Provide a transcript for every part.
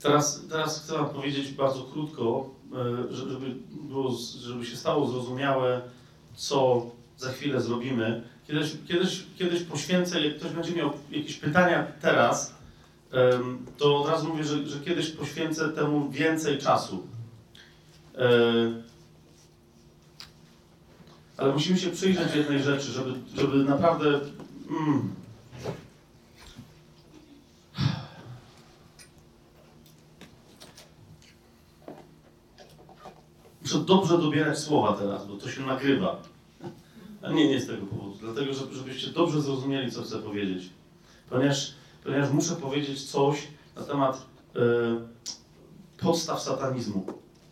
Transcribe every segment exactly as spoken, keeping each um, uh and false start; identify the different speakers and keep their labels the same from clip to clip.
Speaker 1: Teraz, teraz chcę wam powiedzieć bardzo krótko, żeby, było, żeby się stało zrozumiałe, co za chwilę zrobimy. Kiedyś, kiedyś, kiedyś poświęcę, jak ktoś będzie miał jakieś pytania teraz, to od razu mówię, że, że kiedyś poświęcę temu więcej czasu. Ale musimy się przyjrzeć jednej rzeczy, żeby, żeby naprawdę... Mm, muszę dobrze dobierać słowa teraz, bo to się nagrywa. A nie, nie z tego powodu. Dlatego, żebyście dobrze zrozumieli, co chcę powiedzieć. Ponieważ, ponieważ muszę powiedzieć coś na temat e, podstaw satanizmu.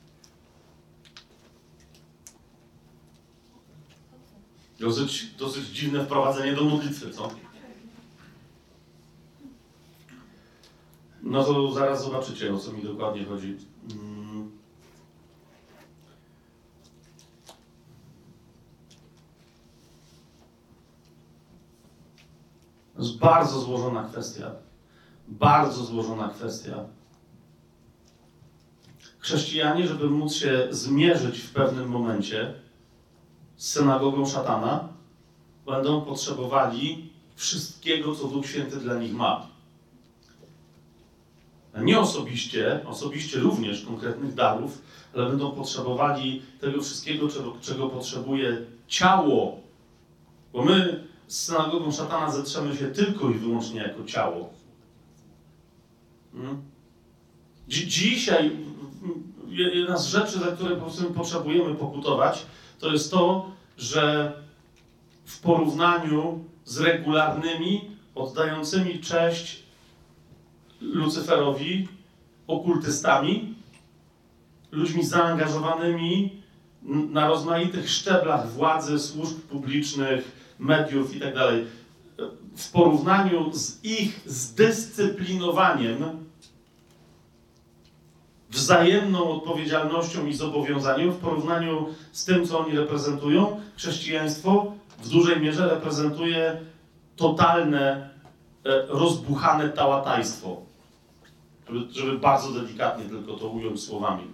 Speaker 1: Dosyć, dosyć dziwne wprowadzenie do modlitwy, co? No to zaraz zobaczycie, o co mi dokładnie chodzi. Hmm. To jest bardzo złożona kwestia. Bardzo złożona kwestia. Chrześcijanie, żeby móc się zmierzyć w pewnym momencie z synagogą szatana, będą potrzebowali wszystkiego, co Duch Święty dla nich ma. Nie osobiście, osobiście również konkretnych darów, ale będą potrzebowali tego wszystkiego, czego, czego potrzebuje ciało. Bo my z synagogą szatana zetrzemy się tylko i wyłącznie jako ciało. Hmm? Dzi- dzisiaj jedna z rzeczy, za które po prostu potrzebujemy pokutować, to jest to, że w porównaniu z regularnymi, oddającymi cześć Lucyferowi, okultystami, ludźmi zaangażowanymi na rozmaitych szczeblach władzy, służb publicznych, mediów itd., w porównaniu z ich zdyscyplinowaniem, wzajemną odpowiedzialnością i zobowiązaniem, w porównaniu z tym, co oni reprezentują, chrześcijaństwo w dużej mierze reprezentuje totalne, rozbuchane tałatajstwo. Żeby, żeby bardzo delikatnie tylko to ująć słowami.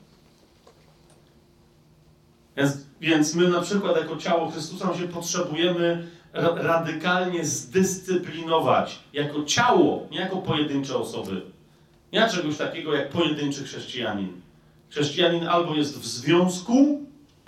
Speaker 1: Więc, więc my na przykład jako ciało Chrystusa się potrzebujemy ra- radykalnie zdyscyplinować. Jako ciało, nie jako pojedyncze osoby. Nie ma czegoś takiego jak pojedynczy chrześcijanin. Chrześcijanin albo jest w związku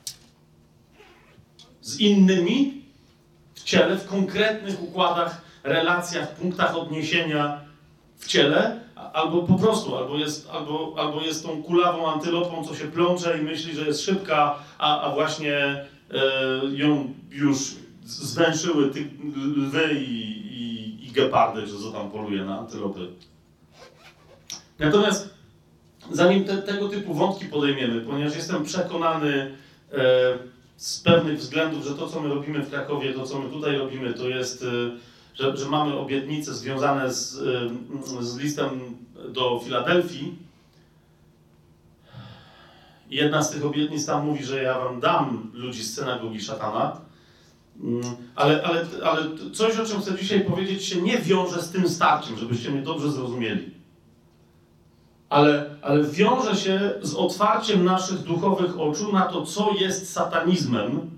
Speaker 1: z innymi w ciele, w konkretnych układach, relacjach, punktach odniesienia w ciele, albo po prostu, albo jest, albo, albo jest tą kulawą antylopą, co się plącze i myśli, że jest szybka, a, a właśnie e, ją już zwęszyły ty, lwy i, i, i gepardy, czy co tam poluje na antylopy. Natomiast zanim te, tego typu wątki podejmiemy, ponieważ jestem przekonany e, z pewnych względów, że to, co my robimy w Krakowie, to, co my tutaj robimy, to jest, e, że, że mamy obietnice związane z, e, z listem do Filadelfii. Jedna z tych obietnic tam mówi, że ja wam dam ludzi z synagogi szatana, ale, ale, ale coś, o czym chcę dzisiaj powiedzieć, się nie wiąże z tym starciem, żebyście mnie dobrze zrozumieli. Ale, ale wiąże się z otwarciem naszych duchowych oczu na to, co jest satanizmem.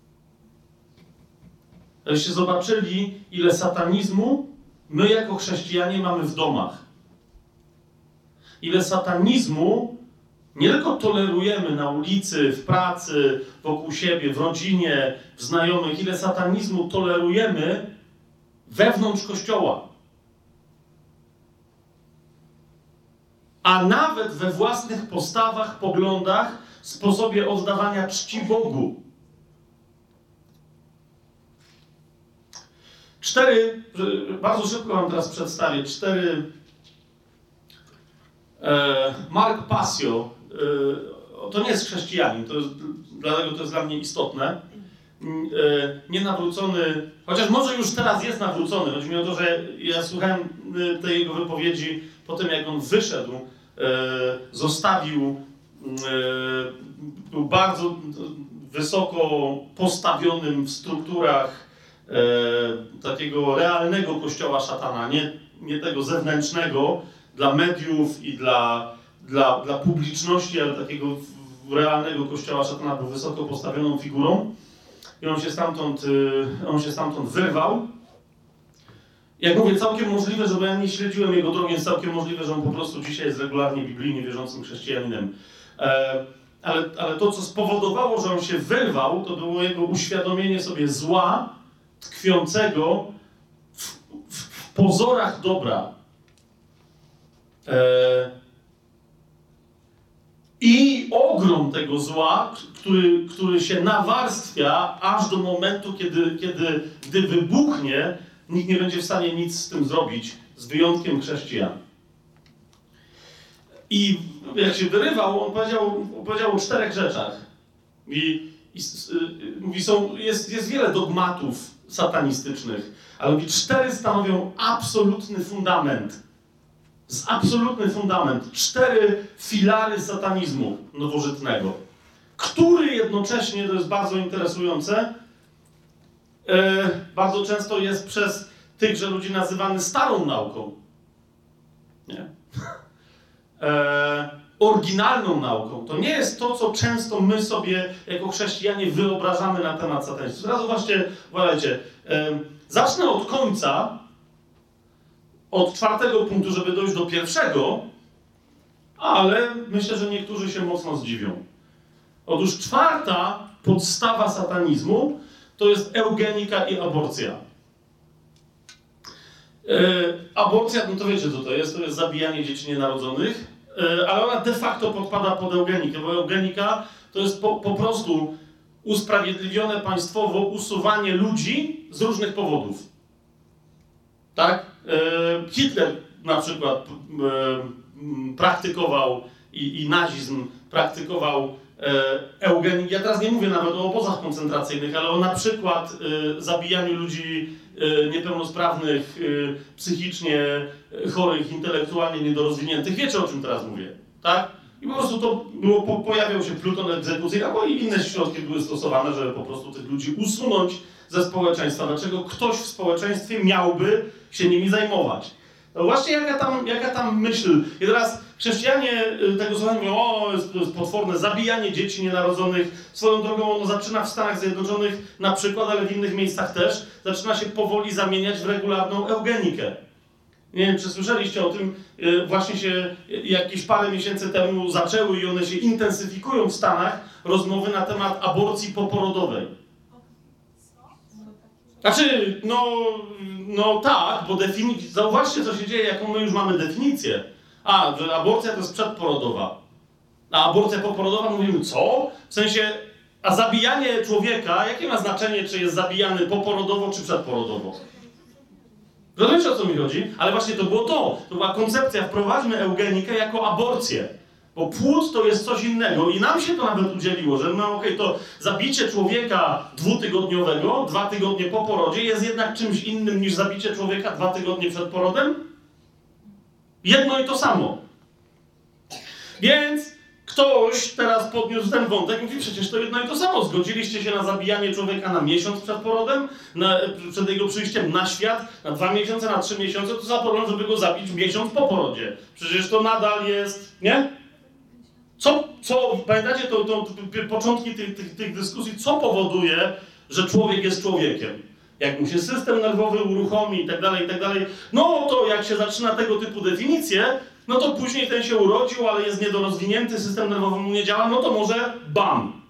Speaker 1: Żebyście zobaczyli, ile satanizmu my jako chrześcijanie mamy w domach. Ile satanizmu nie tylko tolerujemy na ulicy, w pracy, wokół siebie, w rodzinie, w znajomych, ile satanizmu tolerujemy wewnątrz Kościoła. A nawet we własnych postawach, poglądach, sposobie oddawania czci Bogu. Cztery, bardzo szybko wam teraz przedstawię, cztery... E, Mark Passio, e, to nie jest chrześcijanin, to jest, dlatego to jest dla mnie istotne. E, nienawrócony, chociaż może już teraz jest nawrócony. Chodzi mi o to, że ja słuchałem tej jego wypowiedzi po tym, jak on wyszedł, e, zostawił, e, był bardzo wysoko postawionym w strukturach e, takiego realnego kościoła szatana, nie, nie tego zewnętrznego, dla mediów i dla, dla, dla publiczności, ale takiego realnego kościoła szatana był wysoko postawioną figurą i on się stamtąd, on się stamtąd wyrwał. Jak mówię, całkiem możliwe, że bo ja nie śledziłem jego drogi, jest całkiem możliwe, że on po prostu dzisiaj jest regularnie biblijnie wierzącym chrześcijaninem. E, ale, ale to, co spowodowało, że on się wyrwał, to było jego uświadomienie sobie zła tkwiącego w, w, w pozorach dobra. E, I ogrom tego zła, który, który się nawarstwia aż do momentu, kiedy, kiedy gdy wybuchnie, nikt nie będzie w stanie nic z tym zrobić, z wyjątkiem chrześcijan. I jak się wyrywał, on powiedział, powiedział o czterech rzeczach. I, i mówi, są, jest, jest wiele dogmatów satanistycznych, ale mówi, cztery stanowią absolutny fundament. Z absolutny fundament. Cztery filary satanizmu nowożytnego, który jednocześnie, to jest bardzo interesujące, e, bardzo często jest przez tychże ludzi nazywany starą nauką. Nie? E, oryginalną nauką. To nie jest to, co często my sobie jako chrześcijanie wyobrażamy na temat satanizmu. Teraz właśnie, uważajcie, e, zacznę od końca, od czwartego punktu, żeby dojść do pierwszego, ale myślę, że niektórzy się mocno zdziwią. Otóż czwarta podstawa satanizmu to jest eugenika i aborcja. E, aborcja, no to wiecie co to jest, to jest zabijanie dzieci nienarodzonych, e, ale ona de facto podpada pod eugenikę, bo eugenika to jest po, po prostu usprawiedliwione państwowo usuwanie ludzi z różnych powodów. Tak? E, Hitler na przykład e, praktykował i, i nazizm praktykował eugenikę. Ja teraz nie mówię nawet o obozach koncentracyjnych, ale o na przykład e, zabijaniu ludzi e, niepełnosprawnych, e, psychicznie chorych, intelektualnie niedorozwiniętych. Wiecie, o czym teraz mówię, tak? I po prostu to było, po, pojawiał się pluton egzekucyjny, albo i inne środki były stosowane, żeby po prostu tych ludzi usunąć ze społeczeństwa. Dlaczego ktoś w społeczeństwie miałby się nimi zajmować? No właśnie jaka tam, jaka tam myśl. I teraz chrześcijanie tego słowa mówią, o, jest, jest potworne zabijanie dzieci nienarodzonych. Swoją drogą ono zaczyna w Stanach Zjednoczonych na przykład, ale w innych miejscach też, zaczyna się powoli zamieniać w regularną eugenikę. Nie wiem, czy słyszeliście o tym, właśnie się jakieś parę miesięcy temu zaczęły i one się intensyfikują w Stanach, rozmowy na temat aborcji poporodowej. Znaczy, no, no tak, bo definicja, zauważcie, co się dzieje, jaką my już mamy definicję. A, że aborcja to jest przedporodowa. A aborcja poporodowa, mówimy, co? W sensie, a zabijanie człowieka, jakie ma znaczenie, czy jest zabijany poporodowo, czy przedporodowo? Rozumiecie, o co mi chodzi? Ale właśnie to było to. To była koncepcja, wprowadźmy eugenikę jako aborcję. Bo płód to jest coś innego i nam się to nawet udzieliło, że no okej, okay, to zabicie człowieka dwutygodniowego, dwa tygodnie po porodzie jest jednak czymś innym niż zabicie człowieka dwa tygodnie przed porodem? Jedno i to samo. Więc ktoś teraz podniósł ten wątek i mówi, przecież to jedno i to samo. Zgodziliście się na zabijanie człowieka na miesiąc przed porodem, na, przed jego przyjściem na świat, na dwa miesiące, na trzy miesiące, to za problem, żeby go zabić miesiąc po porodzie. Przecież to nadal jest, nie? Co, co pamiętacie to, to, to, początki tych, tych, tych dyskusji, co powoduje, że człowiek jest człowiekiem? Jak mu się system nerwowy uruchomi i tak dalej, i tak dalej, no to jak się zaczyna tego typu definicje, no to później ten się urodził, ale jest niedorozwinięty, system nerwowy mu nie działa, no to może bam.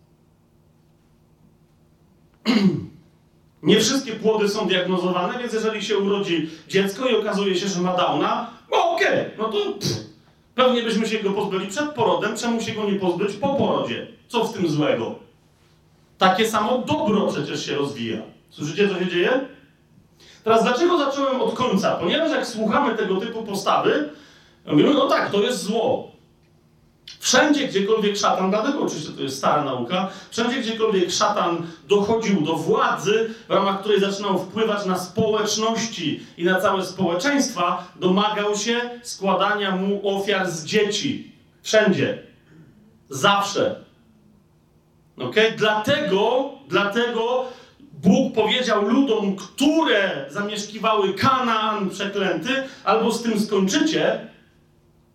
Speaker 1: Nie wszystkie płody są diagnozowane, więc jeżeli się urodzi dziecko i okazuje się, że ma Downa, no okej, okay, no to pff, pewnie byśmy się go pozbyli przed porodem, czemu się go nie pozbyć po porodzie? Co w tym złego? Takie samo dobro przecież się rozwija. Słyszycie, co się dzieje? Teraz dlaczego zacząłem od końca? Ponieważ jak słuchamy tego typu postawy, mówimy, no tak, to jest zło. Wszędzie, gdziekolwiek szatan, dlatego oczywiście to jest stara nauka, wszędzie, gdziekolwiek szatan dochodził do władzy, w ramach której zaczynał wpływać na społeczności i na całe społeczeństwa, domagał się składania mu ofiar z dzieci. Wszędzie. Zawsze. Okay? Dlatego, dlatego Bóg powiedział ludom, które zamieszkiwały Kanaan przeklęty, albo z tym skończycie,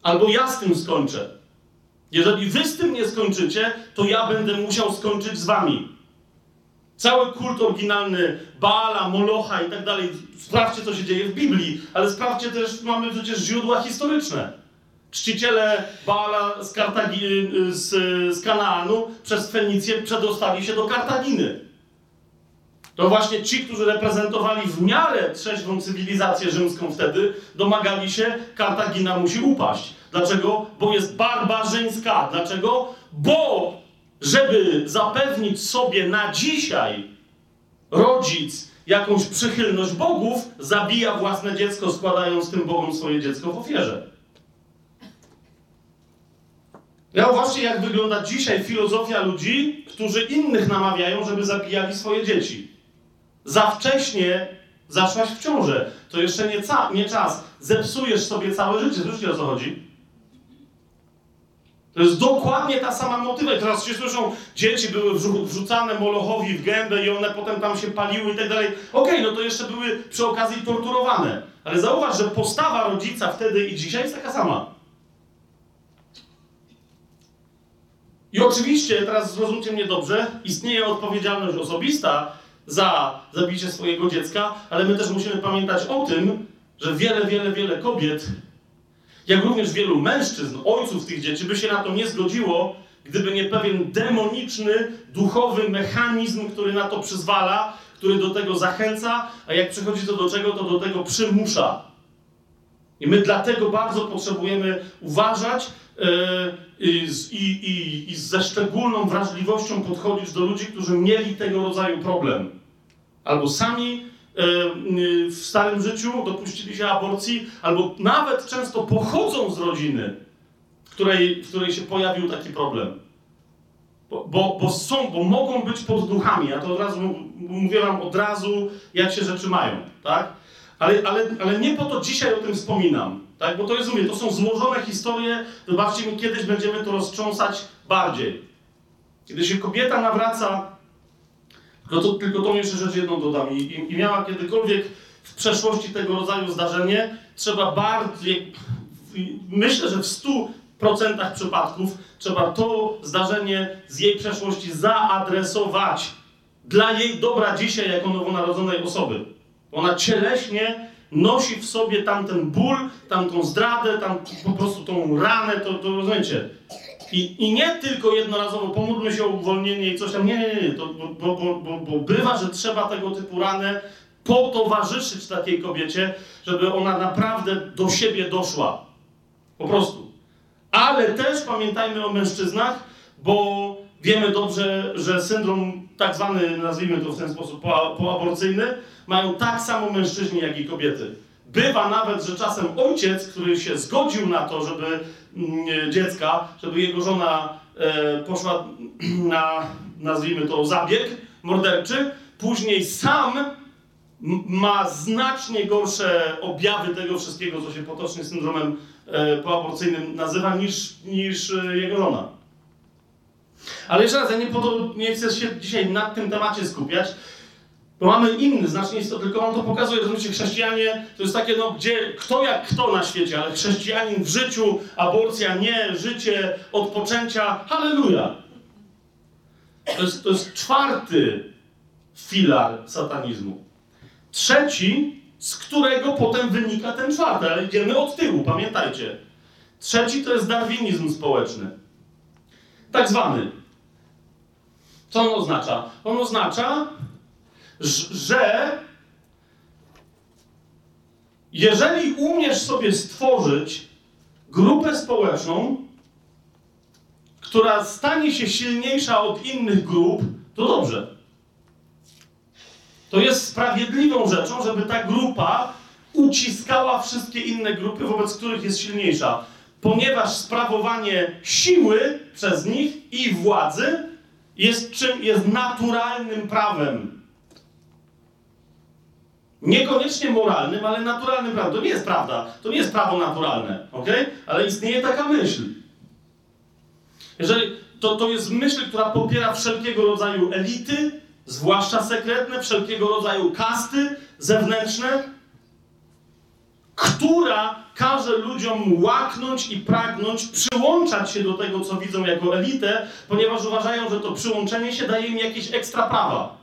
Speaker 1: albo ja z tym skończę. Jeżeli wy z tym nie skończycie, to ja będę musiał skończyć z wami. Cały kult oryginalny Baala, Molocha i tak dalej, sprawdźcie, co się dzieje w Biblii, ale sprawdźcie też, mamy przecież źródła historyczne. Czciciele Baala z, Kartagi- z, z Kanaanu przez Fenicję przedostali się do Kartaginy. To właśnie ci, którzy reprezentowali w miarę trzeźwą cywilizację rzymską wtedy, domagali się, Kartagina musi upaść. Dlaczego? Bo jest barbarzyńska. Dlaczego? Bo żeby zapewnić sobie na dzisiaj rodzic jakąś przychylność bogów, zabija własne dziecko, składając tym bogom swoje dziecko w ofierze. Zauważcie, jak wygląda dzisiaj filozofia ludzi, którzy innych namawiają, żeby zabijali swoje dzieci. Za wcześnie zaszłaś w ciążę. To jeszcze nie, ca- nie czas. Zepsujesz sobie całe życie. Słyszycie, o co chodzi? To jest dokładnie ta sama motywacja. Teraz się słyszą, dzieci były wrzu- wrzucane Molochowi w gębę i one potem tam się paliły i tak dalej. Okej, no to jeszcze były przy okazji torturowane. Ale zauważ, że postawa rodzica wtedy i dzisiaj jest taka sama. I oczywiście, teraz zrozumcie mnie dobrze, istnieje odpowiedzialność osobista za zabicie swojego dziecka, ale my też musimy pamiętać o tym, że wiele, wiele, wiele kobiet, jak również wielu mężczyzn, ojców tych dzieci, by się na to nie zgodziło, gdyby nie pewien demoniczny, duchowy mechanizm, który na to przyzwala, który do tego zachęca, a jak przychodzi to do czego, to do tego przymusza. I my dlatego bardzo potrzebujemy uważać yy, i, i, i, i ze szczególną wrażliwością podchodzić do ludzi, którzy mieli tego rodzaju problem. Albo sami yy, w starym życiu dopuścili się aborcji, albo nawet często pochodzą z rodziny, w której, w której się pojawił taki problem. Bo, bo, bo są, bo mogą być pod duchami. Ja to od razu mówię wam od razu, jak się rzeczy mają, tak? Ale, ale, ale nie po to dzisiaj o tym wspominam, tak? Bo to jest, mówię, to są złożone historie, wybaczcie mi, kiedyś będziemy to roztrząsać bardziej. Kiedy się kobieta nawraca, tylko to, tylko tą jeszcze rzecz jedną dodam, i, i, i miała kiedykolwiek w przeszłości tego rodzaju zdarzenie, trzeba bardziej, myślę, że w stu procentach przypadków trzeba to zdarzenie z jej przeszłości zaadresować dla jej dobra dzisiaj jako nowonarodzonej osoby. Ona cieleśnie nosi w sobie tamten ból, tamtą zdradę, tam po prostu tą ranę, to, to rozumiecie. I, I nie tylko jednorazowo, pomódlmy się o uwolnienie i coś tam, nie, nie, nie, to, bo, bo, bo, bo bywa, że trzeba tego typu ranę potowarzyszyć takiej kobiecie, żeby ona naprawdę do siebie doszła. Po prostu. Ale też pamiętajmy o mężczyznach, bo wiemy dobrze, że syndrom tak zwany, nazwijmy to w ten sposób, po, poaborcyjny, mają tak samo mężczyźni, jak i kobiety. Bywa nawet, że czasem ojciec, który się zgodził na to, żeby mm, dziecka, żeby jego żona e, poszła na, nazwijmy to, zabieg morderczy, później sam m- ma znacznie gorsze objawy tego wszystkiego, co się potocznie syndromem e, poaborcyjnym nazywa, niż, niż e, jego żona. Ale jeszcze raz, ja nie, po to, nie chcę się dzisiaj nad tym temacie skupiać, bo mamy inny, znacznie jest to, tylko wam to pokazuje, rozumiecie, chrześcijanie to jest takie, no, gdzie, kto jak kto na świecie, ale chrześcijanin w życiu, aborcja nie, życie, odpoczęcia, halleluja. To jest, to jest czwarty filar satanizmu. Trzeci, z którego potem wynika ten czwarty, ale idziemy od tyłu, pamiętajcie. Trzeci to jest darwinizm społeczny. Tak zwany. Co on oznacza? On oznacza, że jeżeli umiesz sobie stworzyć grupę społeczną, która stanie się silniejsza od innych grup, to dobrze. To jest sprawiedliwą rzeczą, żeby ta grupa uciskała wszystkie inne grupy, wobec których jest silniejsza. Ponieważ sprawowanie siły przez nich i władzy jest czym? Jest naturalnym prawem. Niekoniecznie moralnym, ale naturalnym prawem. To nie jest prawda. To nie jest prawo naturalne, ok? Ale istnieje taka myśl. Jeżeli to, to jest myśl, która popiera wszelkiego rodzaju elity, zwłaszcza sekretne, wszelkiego rodzaju kasty zewnętrzne. która każe ludziom łaknąć i pragnąć, przyłączać się do tego, co widzą jako elitę, ponieważ uważają, że to przyłączenie się daje im jakieś ekstra prawa.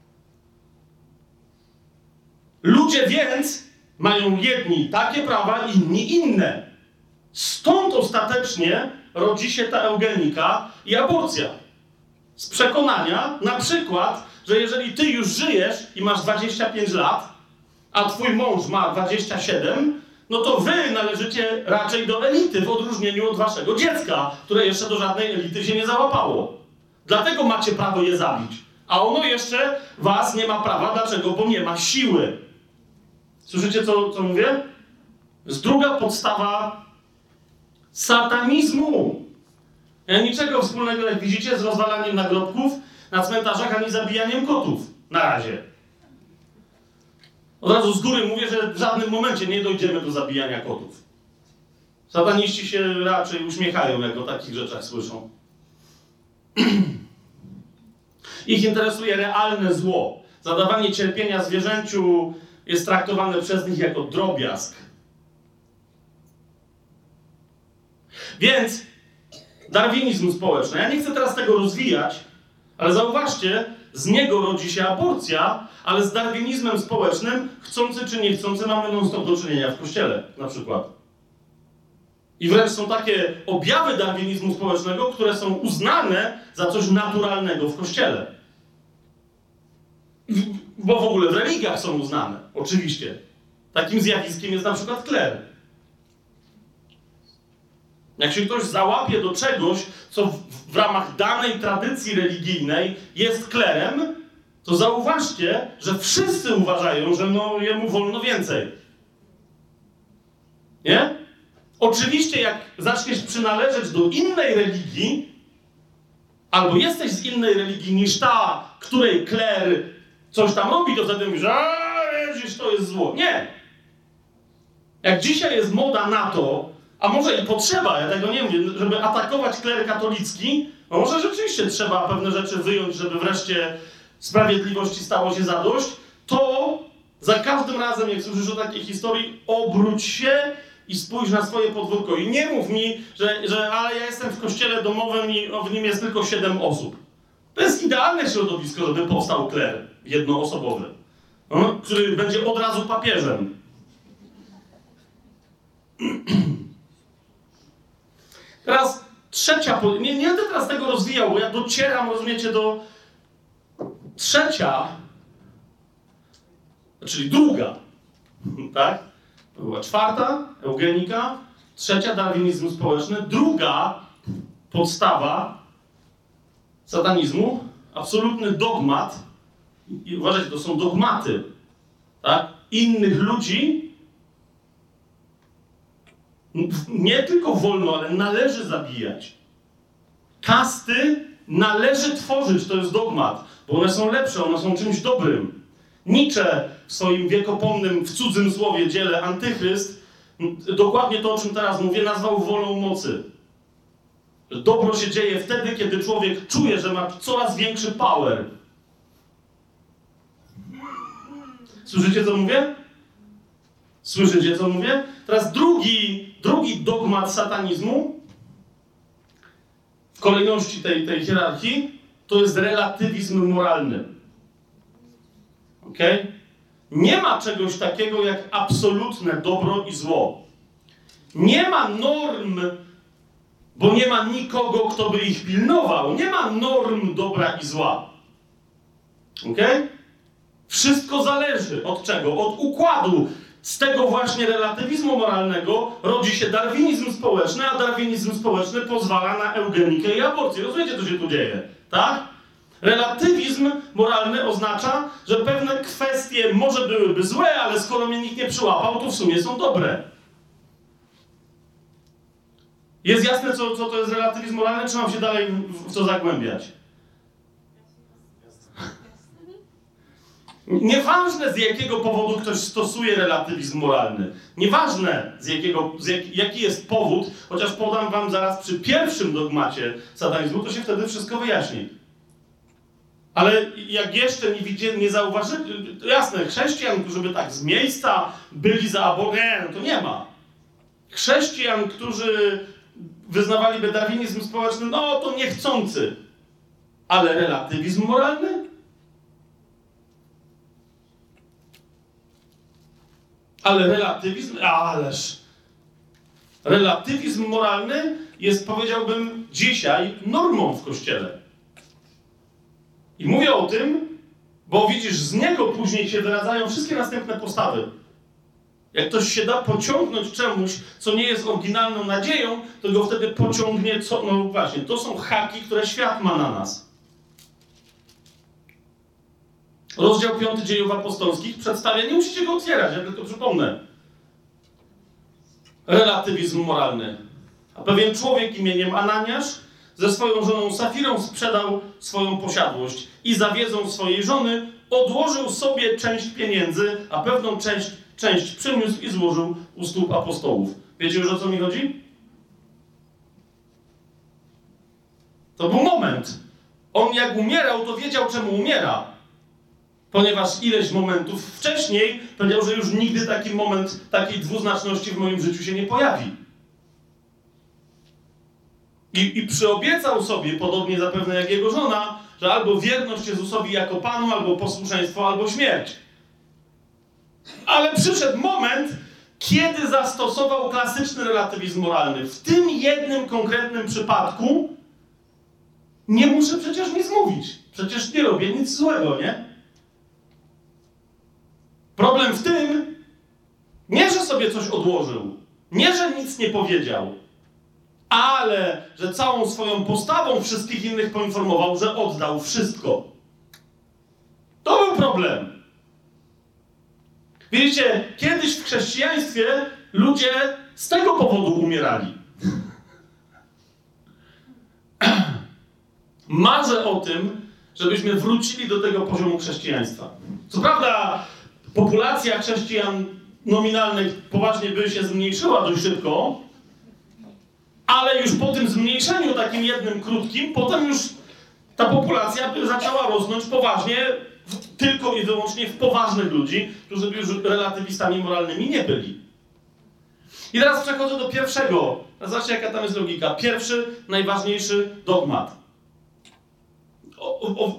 Speaker 1: Ludzie więc mają jedni takie prawa, inni inne. Stąd ostatecznie rodzi się ta eugenika i aborcja. Z przekonania, na przykład, że jeżeli ty już żyjesz i masz dwadzieścia pięć lat, a twój mąż ma dwadzieścia siedem, no to wy należycie raczej do elity, w odróżnieniu od waszego dziecka, które jeszcze do żadnej elity się nie załapało. Dlatego macie prawo je zabić. A ono jeszcze was nie ma prawa. Dlaczego? Bo nie ma siły. Słyszycie, co, co mówię? To jest druga podstawa satanizmu. Ja niczego wspólnego, jak widzicie, z rozwalaniem nagrobków na cmentarzach, ani zabijaniem kotów. Na razie. Od razu z góry mówię, że w żadnym momencie nie dojdziemy do zabijania kotów. Sataniści się raczej uśmiechają, jak o takich rzeczach słyszą. Ich interesuje realne zło. Zadawanie cierpienia zwierzęciu jest traktowane przez nich jako drobiazg. Więc darwinizm społeczny. Ja nie chcę teraz tego rozwijać, ale zauważcie, z niego rodzi się aborcja, ale z darwinizmem społecznym, chcący czy niechcący, mamy non-stop do czynienia w Kościele, na przykład. I wręcz są takie objawy darwinizmu społecznego, które są uznane za coś naturalnego w Kościele. Bo w ogóle w religiach są uznane, oczywiście. Takim zjawiskiem jest na przykład kler. Jak się ktoś załapie do czegoś, co w, w ramach danej tradycji religijnej jest klerem, to zauważcie, że wszyscy uważają, że no, jemu wolno więcej. Nie? Oczywiście, jak zaczniesz przynależeć do innej religii, albo jesteś z innej religii niż ta, której kler coś tam robi, to wtedy mówisz, a widzisz, to jest zło. Nie. Jak dzisiaj jest moda na to, a może i potrzeba, ja tego nie mówię, żeby atakować kler katolicki, no może rzeczywiście trzeba pewne rzeczy wyjąć, żeby wreszcie sprawiedliwości stało się zadość, to za każdym razem, jak słyszysz o takiej historii, obróć się i spójrz na swoje podwórko. I nie mów mi, że, że ale ja jestem w kościele domowym i w nim jest tylko siedem osób. To jest idealne środowisko, żeby powstał kler jednoosobowy, no, który będzie od razu papieżem. Teraz trzecia, nie, nie będę teraz tego rozwijał, bo ja docieram, rozumiecie, do trzecia, czyli druga, tak? To była czwarta, eugenika, trzecia, darwinizm społeczny, druga podstawa satanizmu, absolutny dogmat, i uważajcie, to są dogmaty, tak? Innych ludzi nie tylko wolno, ale należy zabijać. Kasty należy tworzyć, to jest dogmat, bo one są lepsze, one są czymś dobrym. Nietzsche w swoim wiekopomnym, w cudzym słowie dziele Antychryst, dokładnie to, o czym teraz mówię, nazwał wolą mocy. Dobro się dzieje wtedy, kiedy człowiek czuje, że ma coraz większy power. Słyszycie, co mówię? Słyszycie, co mówię? Teraz drugi, drugi dogmat satanizmu w kolejności tej, tej hierarchii to jest relatywizm moralny. Okej? Okay? Nie ma czegoś takiego jak absolutne dobro i zło. Nie ma norm, bo nie ma nikogo, kto by ich pilnował. Nie ma norm dobra i zła. Okej? Okay? Wszystko zależy od czego? Od układu. Z tego właśnie relatywizmu moralnego rodzi się darwinizm społeczny, a darwinizm społeczny pozwala na eugenikę i aborcję. Rozumiecie, co się tu dzieje? Tak? Relatywizm moralny oznacza, że pewne kwestie może byłyby złe, ale skoro mnie nikt nie przyłapał, to w sumie są dobre. Jest jasne, co, co to jest relatywizm moralny, czy mam się dalej w to zagłębiać? Nieważne, z jakiego powodu ktoś stosuje relatywizm moralny. Nieważne, z jakiego, z jak, jaki jest powód, chociaż podam wam zaraz przy pierwszym dogmacie satanizmu, to się wtedy wszystko wyjaśni. Ale jak jeszcze nie widzieli, nie zauważyli, to jasne, chrześcijan, którzy by tak z miejsca byli za aborcją, nie, no to nie ma. Chrześcijan, którzy wyznawaliby darwinizm społeczny, no to niechcący. Ale relatywizm moralny? Ale relatywizm, ależ... Relatywizm moralny jest, powiedziałbym, dzisiaj normą w Kościele. I mówię o tym, bo widzisz, z niego później się wyradzają wszystkie następne postawy. Jak ktoś się da pociągnąć czemuś, co nie jest oryginalną nadzieją, to go wtedy pociągnie, co... No właśnie, to są haki, które świat ma na nas. Rozdział piąty Dziejów Apostolskich przedstawia, nie musicie go otwierać, ja tylko przypomnę. Relatywizm moralny. A pewien człowiek imieniem Ananiasz ze swoją żoną Safirą sprzedał swoją posiadłość i za wiedzą swojej żony odłożył sobie część pieniędzy, a pewną część, część przyniósł i złożył u stóp apostołów. Wiecie już, o co mi chodzi? To był moment. On jak umierał, to wiedział, czemu umiera. Ponieważ ileś momentów wcześniej powiedział, że już nigdy taki moment, takiej dwuznaczności w moim życiu się nie pojawi. I, I przyobiecał sobie, podobnie zapewne jak jego żona, że albo wierność Jezusowi jako Panu, albo posłuszeństwo, albo śmierć. Ale przyszedł moment, kiedy zastosował klasyczny relatywizm moralny. W tym jednym konkretnym przypadku nie muszę przecież nic mówić. Przecież nie robię nic złego, nie? Problem w tym, nie, że sobie coś odłożył, nie, że nic nie powiedział, ale że całą swoją postawą wszystkich innych poinformował, że oddał wszystko. To był problem. Widzicie, kiedyś w chrześcijaństwie ludzie z tego powodu umierali. Marzę o tym, żebyśmy wrócili do tego poziomu chrześcijaństwa. Co prawda, populacja chrześcijan nominalnych poważnie by się zmniejszyła dość szybko, ale już po tym zmniejszeniu takim jednym krótkim, potem już ta populacja by zaczęła rosnąć poważnie, w, tylko i wyłącznie w poważnych ludzi, którzy by już relatywistami moralnymi nie byli. I teraz przechodzę do pierwszego. Zobaczcie, jaka tam jest logika. Pierwszy, najważniejszy dogmat. O, o, o,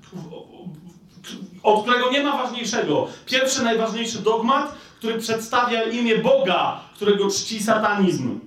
Speaker 1: od którego nie ma ważniejszego. Pierwszy, najważniejszy dogmat, który przedstawia imię Boga, którego czci satanizm.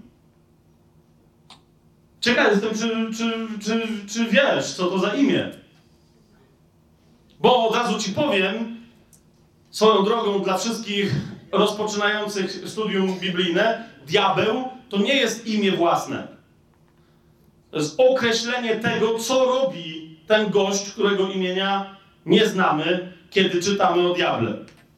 Speaker 1: Ciekaw jestem, czy, czy, czy, czy wiesz, co to za imię. Bo od razu ci powiem, swoją drogą dla wszystkich rozpoczynających studium biblijne, diabeł to nie jest imię własne. To jest określenie tego, co robi ten gość, którego imienia nie znamy, kiedy czytamy o diable.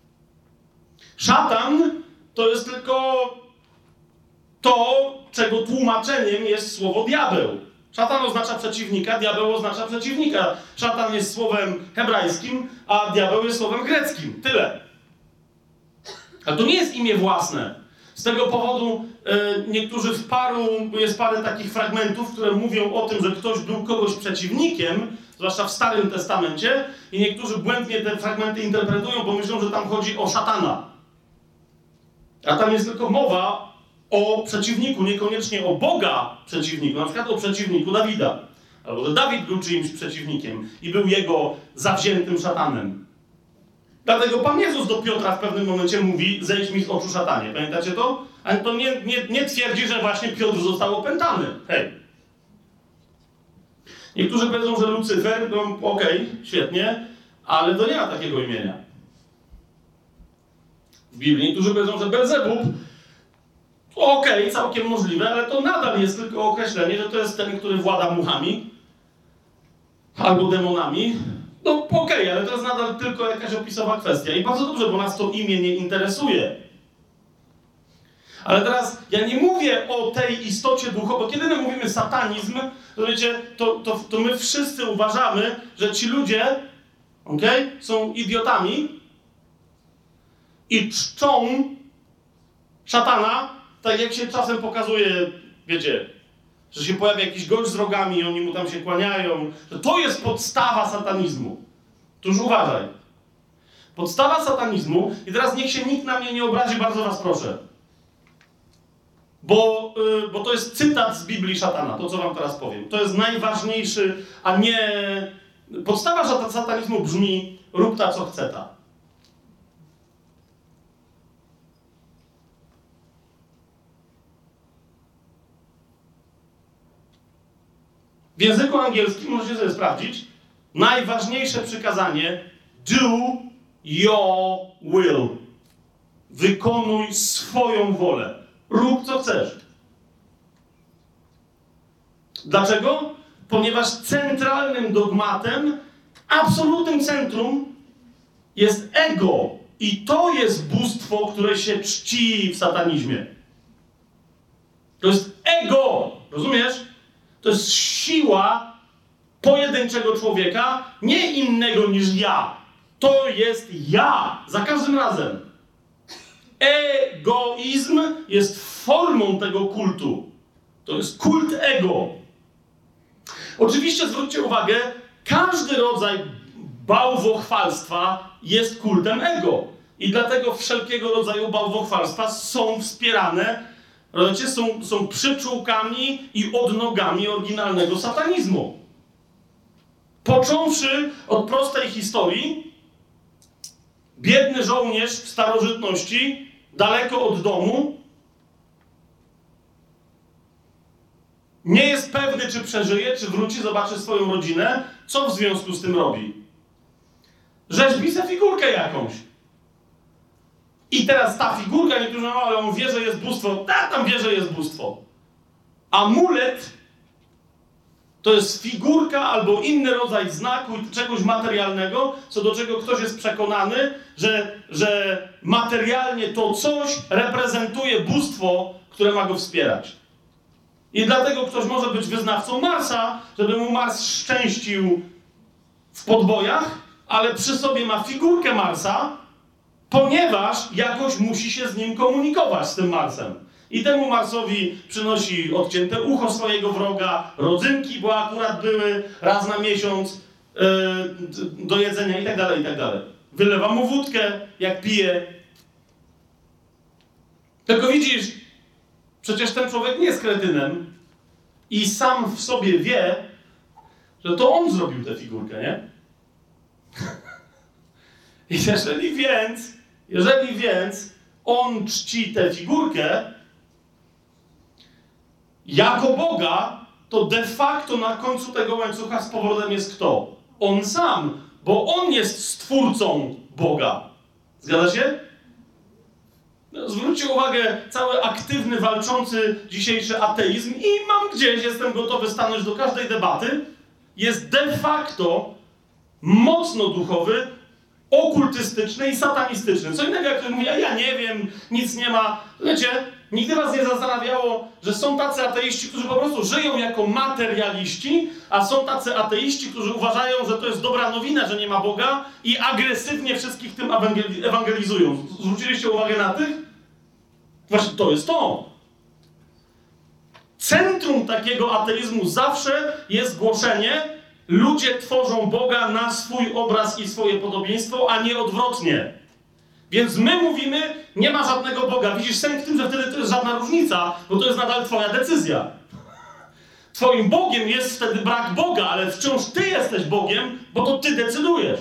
Speaker 1: Szatan to jest tylko to, czego tłumaczeniem jest słowo diabeł. Szatan oznacza przeciwnika, diabeł oznacza przeciwnika. Szatan jest słowem hebrajskim, a diabeł jest słowem greckim. Tyle. Ale to nie jest imię własne. Z tego powodu e, niektórzy w paru, jest parę takich fragmentów, które mówią o tym, że ktoś był kogoś przeciwnikiem, zwłaszcza w Starym Testamencie, i niektórzy błędnie te fragmenty interpretują, bo myślą, że tam chodzi o szatana. A tam jest tylko mowa o przeciwniku, niekoniecznie o Boga przeciwniku, na przykład o przeciwniku Dawida. Albo że Dawid był czyimś przeciwnikiem i był jego zawziętym szatanem. Dlatego Pan Jezus do Piotra w pewnym momencie mówi: zejdź mi z oczu, szatanie. Pamiętacie to? Ale to nie, nie, nie twierdzi, że właśnie Piotr został opętany. Hej. Niektórzy powiedzą, że Lucyfer, no okej, okay, świetnie, ale to nie ma takiego imienia w Biblii. Niektórzy powiedzą, że Belzebub, okej, okay, całkiem możliwe, ale to nadal jest tylko określenie, że to jest ten, który włada muchami albo demonami. No okej, okay, ale to jest nadal tylko jakaś opisowa kwestia. I bardzo dobrze, bo nas to imię nie interesuje. Ale teraz ja nie mówię o tej istocie duchowej, bo kiedy my mówimy satanizm, to wiecie, to, to, to my wszyscy uważamy, że ci ludzie, okej, okay, są idiotami i czczą szatana, tak jak się czasem pokazuje, wiecie, że się pojawia jakiś gość z rogami i oni mu tam się kłaniają, że to jest podstawa satanizmu. To już uważaj. Podstawa satanizmu, i teraz niech się nikt na mnie nie obrazi, bardzo was proszę. Bo, yy, bo to jest cytat z Biblii szatana, to co wam teraz powiem. To jest najważniejszy, a nie... Podstawa satanizmu brzmi: rób ta, co chce ta. W języku angielskim, możecie sobie sprawdzić, najważniejsze przykazanie: do your will. Wykonuj swoją wolę. Rób, co chcesz. Dlaczego? Ponieważ centralnym dogmatem, absolutnym centrum jest ego. I to jest bóstwo, które się czci w satanizmie. To jest ego. Rozumiesz? To jest siła pojedynczego człowieka, nie innego niż ja. To jest ja. Za każdym razem. Egoizm jest formą tego kultu. To jest kult ego. Oczywiście zwróćcie uwagę, każdy rodzaj bałwochwalstwa jest kultem ego. I dlatego wszelkiego rodzaju bałwochwalstwa są wspierane, rozumiecie, są, są przyczółkami i odnogami oryginalnego satanizmu. Począwszy od prostej historii, biedny żołnierz w starożytności, daleko od domu, nie jest pewny, czy przeżyje, czy wróci, zobaczy swoją rodzinę. Co w związku z tym robi? Rzeźbi sobie figurkę jakąś. I teraz ta figurka, niektórzy mówią, ale on wie, że jest bóstwo. Tak, tam wie, że jest bóstwo. Amulet to jest figurka albo inny rodzaj znaku i czegoś materialnego, co do czego ktoś jest przekonany, że, że materialnie to coś reprezentuje bóstwo, które ma go wspierać. I dlatego ktoś może być wyznawcą Marsa, żeby mu Mars szczęścił w podbojach, ale przy sobie ma figurkę Marsa, ponieważ jakoś musi się z nim komunikować, z tym Marsem. I temu Marsowi przynosi odcięte ucho swojego wroga, rodzynki, bo akurat były raz na miesiąc yy, do jedzenia i tak dalej, i tak dalej. Wylewa mu wódkę, jak pije. Tylko widzisz, przecież ten człowiek nie jest kretynem i sam w sobie wie, że to on zrobił tę figurkę, nie? I jeżeli więc, jeżeli więc on czci tę figurkę jako Boga, to de facto na końcu tego łańcucha z powrotem jest kto? On sam, bo on jest stwórcą Boga. Zgadza się? No, zwróćcie uwagę, cały aktywny, walczący dzisiejszy ateizm, i mam gdzieś, jestem gotowy stanąć do każdej debaty, jest de facto mocno duchowy, okultystyczny i satanistyczny. Co innego, jak ktoś mówi, a ja nie wiem, nic nie ma. Wiecie, nigdy was nie zastanawiało, że są tacy ateiści, którzy po prostu żyją jako materialiści, a są tacy ateiści, którzy uważają, że to jest dobra nowina, że nie ma Boga i agresywnie wszystkich tym ewangelizują. Zwróciliście uwagę na tych? Właśnie to jest to. Centrum takiego ateizmu zawsze jest głoszenie: ludzie tworzą Boga na swój obraz i swoje podobieństwo, a nie odwrotnie. Więc my mówimy, nie ma żadnego Boga. Widzisz, sęk w tym, że wtedy to jest żadna różnica, bo to jest nadal twoja decyzja. Twoim Bogiem jest wtedy brak Boga, ale wciąż ty jesteś Bogiem, bo to ty decydujesz.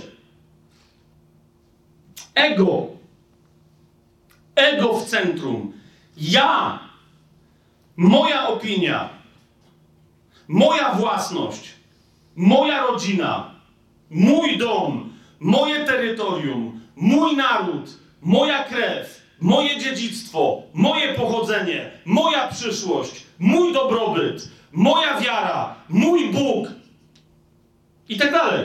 Speaker 1: Ego. Ego w centrum. Ja. Moja opinia. Moja własność. Moja rodzina, mój dom, moje terytorium, mój naród, moja krew, moje dziedzictwo, moje pochodzenie, moja przyszłość, mój dobrobyt, moja wiara, mój Bóg i tak dalej.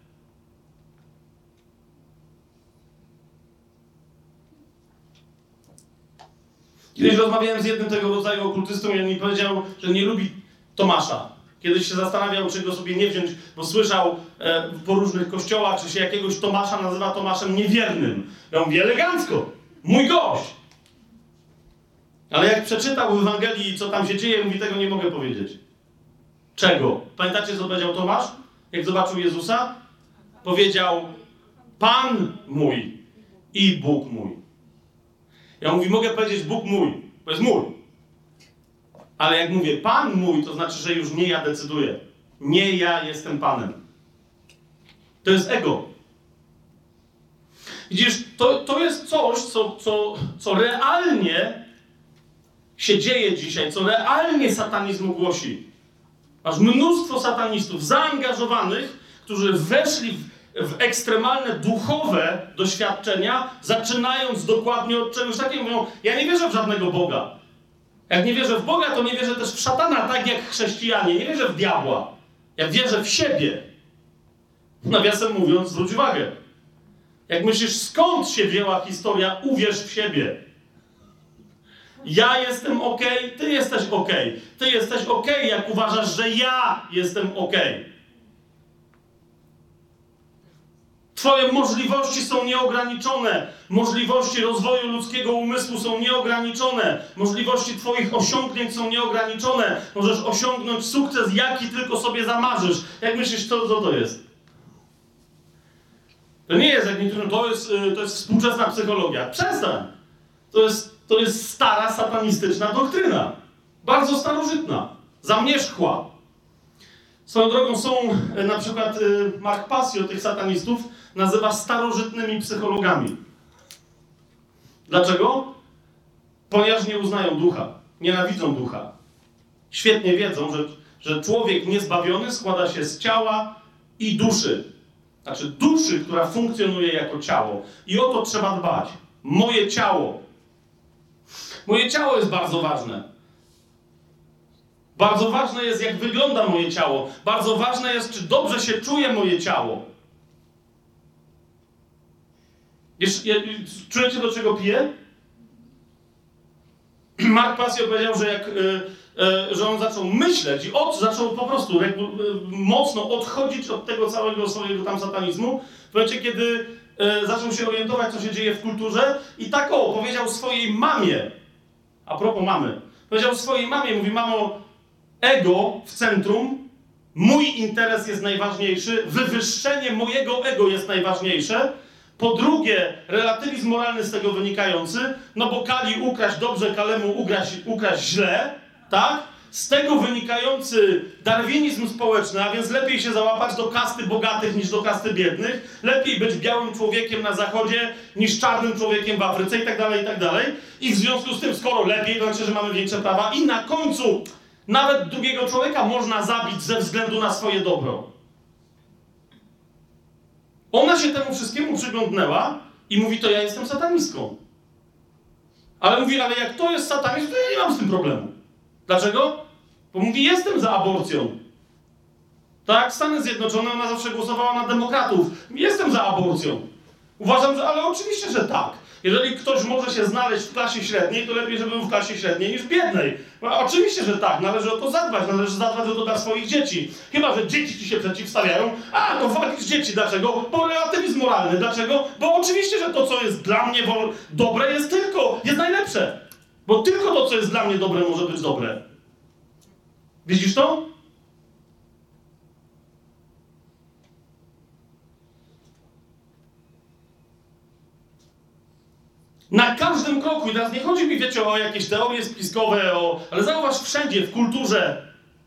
Speaker 1: Kiedyś rozmawiałem z jednym tego rodzaju okultystą i on mi powiedział, że nie lubi Tomasza. Kiedyś się zastanawiał, czy go sobie nie wziąć, bo słyszał e, po różnych kościołach, czy się jakiegoś Tomasza nazywa Tomaszem niewiernym. Ja mówię, elegancko, mój gość. Ale jak przeczytał w Ewangelii, co tam się dzieje, mówi, tego nie mogę powiedzieć. Czego? Pamiętacie, co powiedział Tomasz? Jak zobaczył Jezusa? Powiedział: Pan mój i Bóg mój. Ja mówię, mogę powiedzieć Bóg mój, bo jest mój. Ale jak mówię Pan mój, to znaczy, że już nie ja decyduję. Nie ja jestem Panem. To jest ego. Widzisz, to, to jest coś, co, co, co realnie się dzieje dzisiaj, co realnie satanizm głosi. Masz mnóstwo satanistów zaangażowanych, którzy weszli w, w ekstremalne duchowe doświadczenia, zaczynając dokładnie od czegoś takiego. Mówią, ja nie wierzę w żadnego Boga. Jak nie wierzę w Boga, to nie wierzę też w szatana, tak jak chrześcijanie. Nie wierzę w diabła. Ja wierzę w siebie. Nawiasem mówiąc, zwróć uwagę. Jak myślisz, skąd się wzięła historia uwierz w siebie? Ja jestem okej, okay, ty jesteś okej. Okay. Ty jesteś okej, okay, jak uważasz, że ja jestem okej. Okay. Twoje możliwości są nieograniczone. Możliwości rozwoju ludzkiego umysłu są nieograniczone. Możliwości twoich osiągnięć są nieograniczone. Możesz osiągnąć sukces, jaki tylko sobie zamarzysz. Jak myślisz, co, co to jest? To nie jest, jak niektórzy, to jest, to jest współczesna psychologia. Przestań! To jest, to jest stara, satanistyczna doktryna. Bardzo starożytna. Zamierzchła. Swoją drogą są, na przykład Mark Passio tych satanistów nazywa starożytnymi psychologami. Dlaczego? Ponieważ nie uznają ducha. Nienawidzą ducha. Świetnie wiedzą, że, że człowiek niezbawiony składa się z ciała i duszy. Znaczy duszy, która funkcjonuje jako ciało. I o to trzeba dbać. Moje ciało. Moje ciało jest bardzo ważne. Bardzo ważne jest, jak wygląda moje ciało. Bardzo ważne jest, czy dobrze się czuje moje ciało. Jeszcze, czujecie, do czego piję? Mark Passio powiedział, że jak... Yy, że on zaczął myśleć i od, zaczął po prostu mocno odchodzić od tego całego swojego tam satanizmu, w momencie, kiedy e, zaczął się orientować, co się dzieje w kulturze i tak o, powiedział swojej mamie, a propos mamy, powiedział swojej mamie, mówi: mamo, ego w centrum, mój interes jest najważniejszy, wywyższenie mojego ego jest najważniejsze, po drugie, relatywizm moralny z tego wynikający, no bo Kali ukraść dobrze, Kalemu ukraść, ukraść źle, tak? Z tego wynikający darwinizm społeczny, a więc lepiej się załapać do kasty bogatych niż do kasty biednych, lepiej być białym człowiekiem na zachodzie niż czarnym człowiekiem w Afryce i tak dalej, i tak dalej. I w związku z tym, skoro lepiej, to znaczy, że mamy większe prawa i na końcu nawet drugiego człowieka można zabić ze względu na swoje dobro. Ona się temu wszystkiemu przyglądnęła i mówi: to ja jestem satanistką. Ale mówi: ale jak to jest satanizm, to ja nie mam z tym problemu. Dlaczego? Bo mówi: jestem za aborcją. Tak? Stany Zjednoczone, ona zawsze głosowała na demokratów. Jestem za aborcją. Uważam, że... Ale oczywiście, że tak. Jeżeli ktoś może się znaleźć w klasie średniej, to lepiej, żeby był w klasie średniej niż biednej. No, oczywiście, że tak. Należy o to zadbać. Należy zadbać o to dla swoich dzieci. Chyba że dzieci ci się przeciwstawiają. A, to walisz dzieci. Dlaczego? Bo relatywizm moralny. Dlaczego? Bo oczywiście, że to, co jest dla mnie dobre, jest tylko... jest najlepsze. Bo tylko to, co jest dla mnie dobre, może być dobre. Widzisz to? Na każdym kroku, i teraz nie chodzi mi, wiecie, o jakieś teorie spiskowe, o... ale zauważ, wszędzie, w kulturze.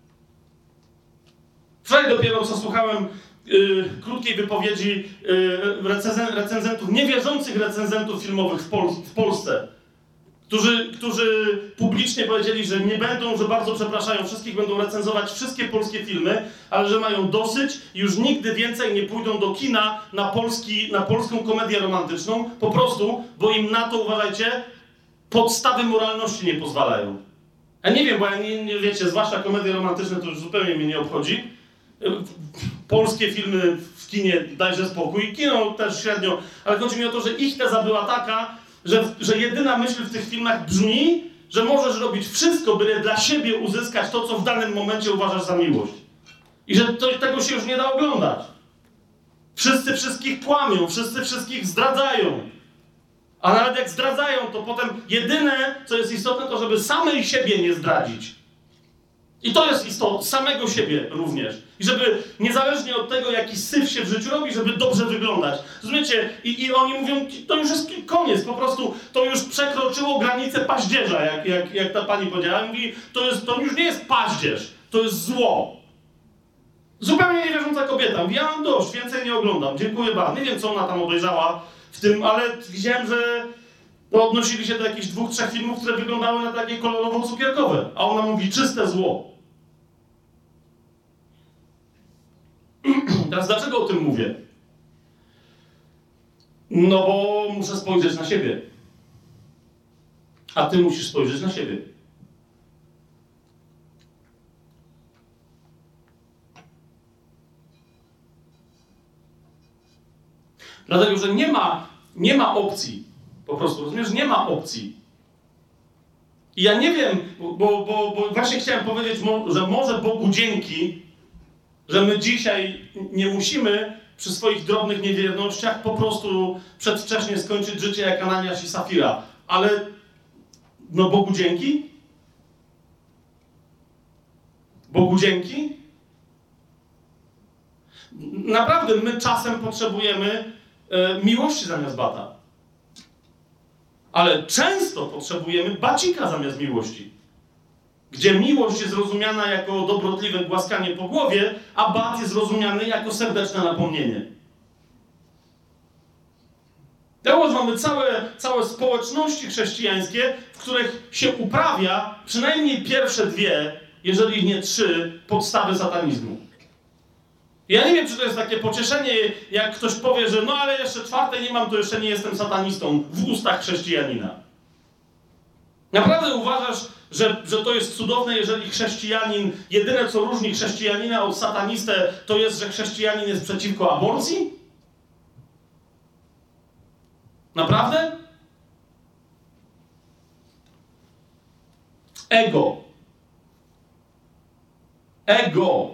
Speaker 1: Wczoraj dopiero co słuchałem yy, krótkiej wypowiedzi yy, recenzen- recenzentów, niewierzących recenzentów filmowych w, Pol- w Polsce. Którzy, którzy publicznie powiedzieli, że nie będą, że bardzo przepraszają wszystkich, będą recenzować wszystkie polskie filmy, ale że mają dosyć i już nigdy więcej nie pójdą do kina na, polski, na polską komedię romantyczną, po prostu, bo im na to, uważajcie, podstawy moralności nie pozwalają. Ja nie wiem, bo ja nie, nie wiecie, zwłaszcza komedie romantyczne to już zupełnie mnie nie obchodzi. Polskie filmy w kinie, dajże spokój, kino też średnio, ale chodzi mi o to, że ich teza była taka, Że, że jedyna myśl w tych filmach brzmi, że możesz robić wszystko, by dla siebie uzyskać to, co w danym momencie uważasz za miłość. I że to, tego się już nie da oglądać. Wszyscy wszystkich kłamią, wszyscy wszystkich zdradzają. A nawet jak zdradzają, to potem jedyne, co jest istotne, to żeby samej siebie nie zdradzić. I to jest istotne, samego siebie również. I żeby niezależnie od tego, jaki syf się w życiu robi, żeby dobrze wyglądać. Rozumiecie? I, i oni mówią, to już jest koniec, po prostu to już przekroczyło granicę paździerza, jak, jak, jak ta pani powiedziała. Mówi, to, jest, to już nie jest paździerz, to jest zło. Zupełnie niewierząca kobieta. Mówi, ja mam dość, więcej nie oglądam, dziękuję bardzo. Nie wiem, co ona tam obejrzała w tym, ale widziałem, że to odnosili się do jakichś dwóch, trzech filmów, które wyglądały na takie kolorowo-cukierkowe. A ona mówi, czyste zło. Teraz dlaczego o tym mówię? No bo muszę spojrzeć na siebie. A ty musisz spojrzeć na siebie. Dlatego, że nie ma, nie ma opcji. Po prostu, rozumiesz? Nie ma opcji. I ja nie wiem, bo, bo, bo właśnie chciałem powiedzieć, że może Bogu dzięki, że my dzisiaj nie musimy przy swoich drobnych niewiernościach po prostu przedwcześnie skończyć życie jak Ananiasz i Safira. Ale no Bogu dzięki? Bogu dzięki? Naprawdę my czasem potrzebujemy e, miłości zamiast bata. Ale często potrzebujemy bacika zamiast miłości. Gdzie miłość jest rozumiana jako dobrotliwe głaskanie po głowie, a bat jest rozumiany jako serdeczne napomnienie. Teraz mamy całe, całe społeczności chrześcijańskie, w których się uprawia przynajmniej pierwsze dwie, jeżeli nie trzy, podstawy satanizmu. Ja nie wiem, czy to jest takie pocieszenie, jak ktoś powie, że no ale jeszcze czwartej nie mam, to jeszcze nie jestem satanistą w ustach chrześcijanina. Naprawdę uważasz, że, że to jest cudowne, jeżeli chrześcijanin, jedyne co różni chrześcijanina od satanistę, to jest, że chrześcijanin jest przeciwko aborcji? Naprawdę? Ego. Ego.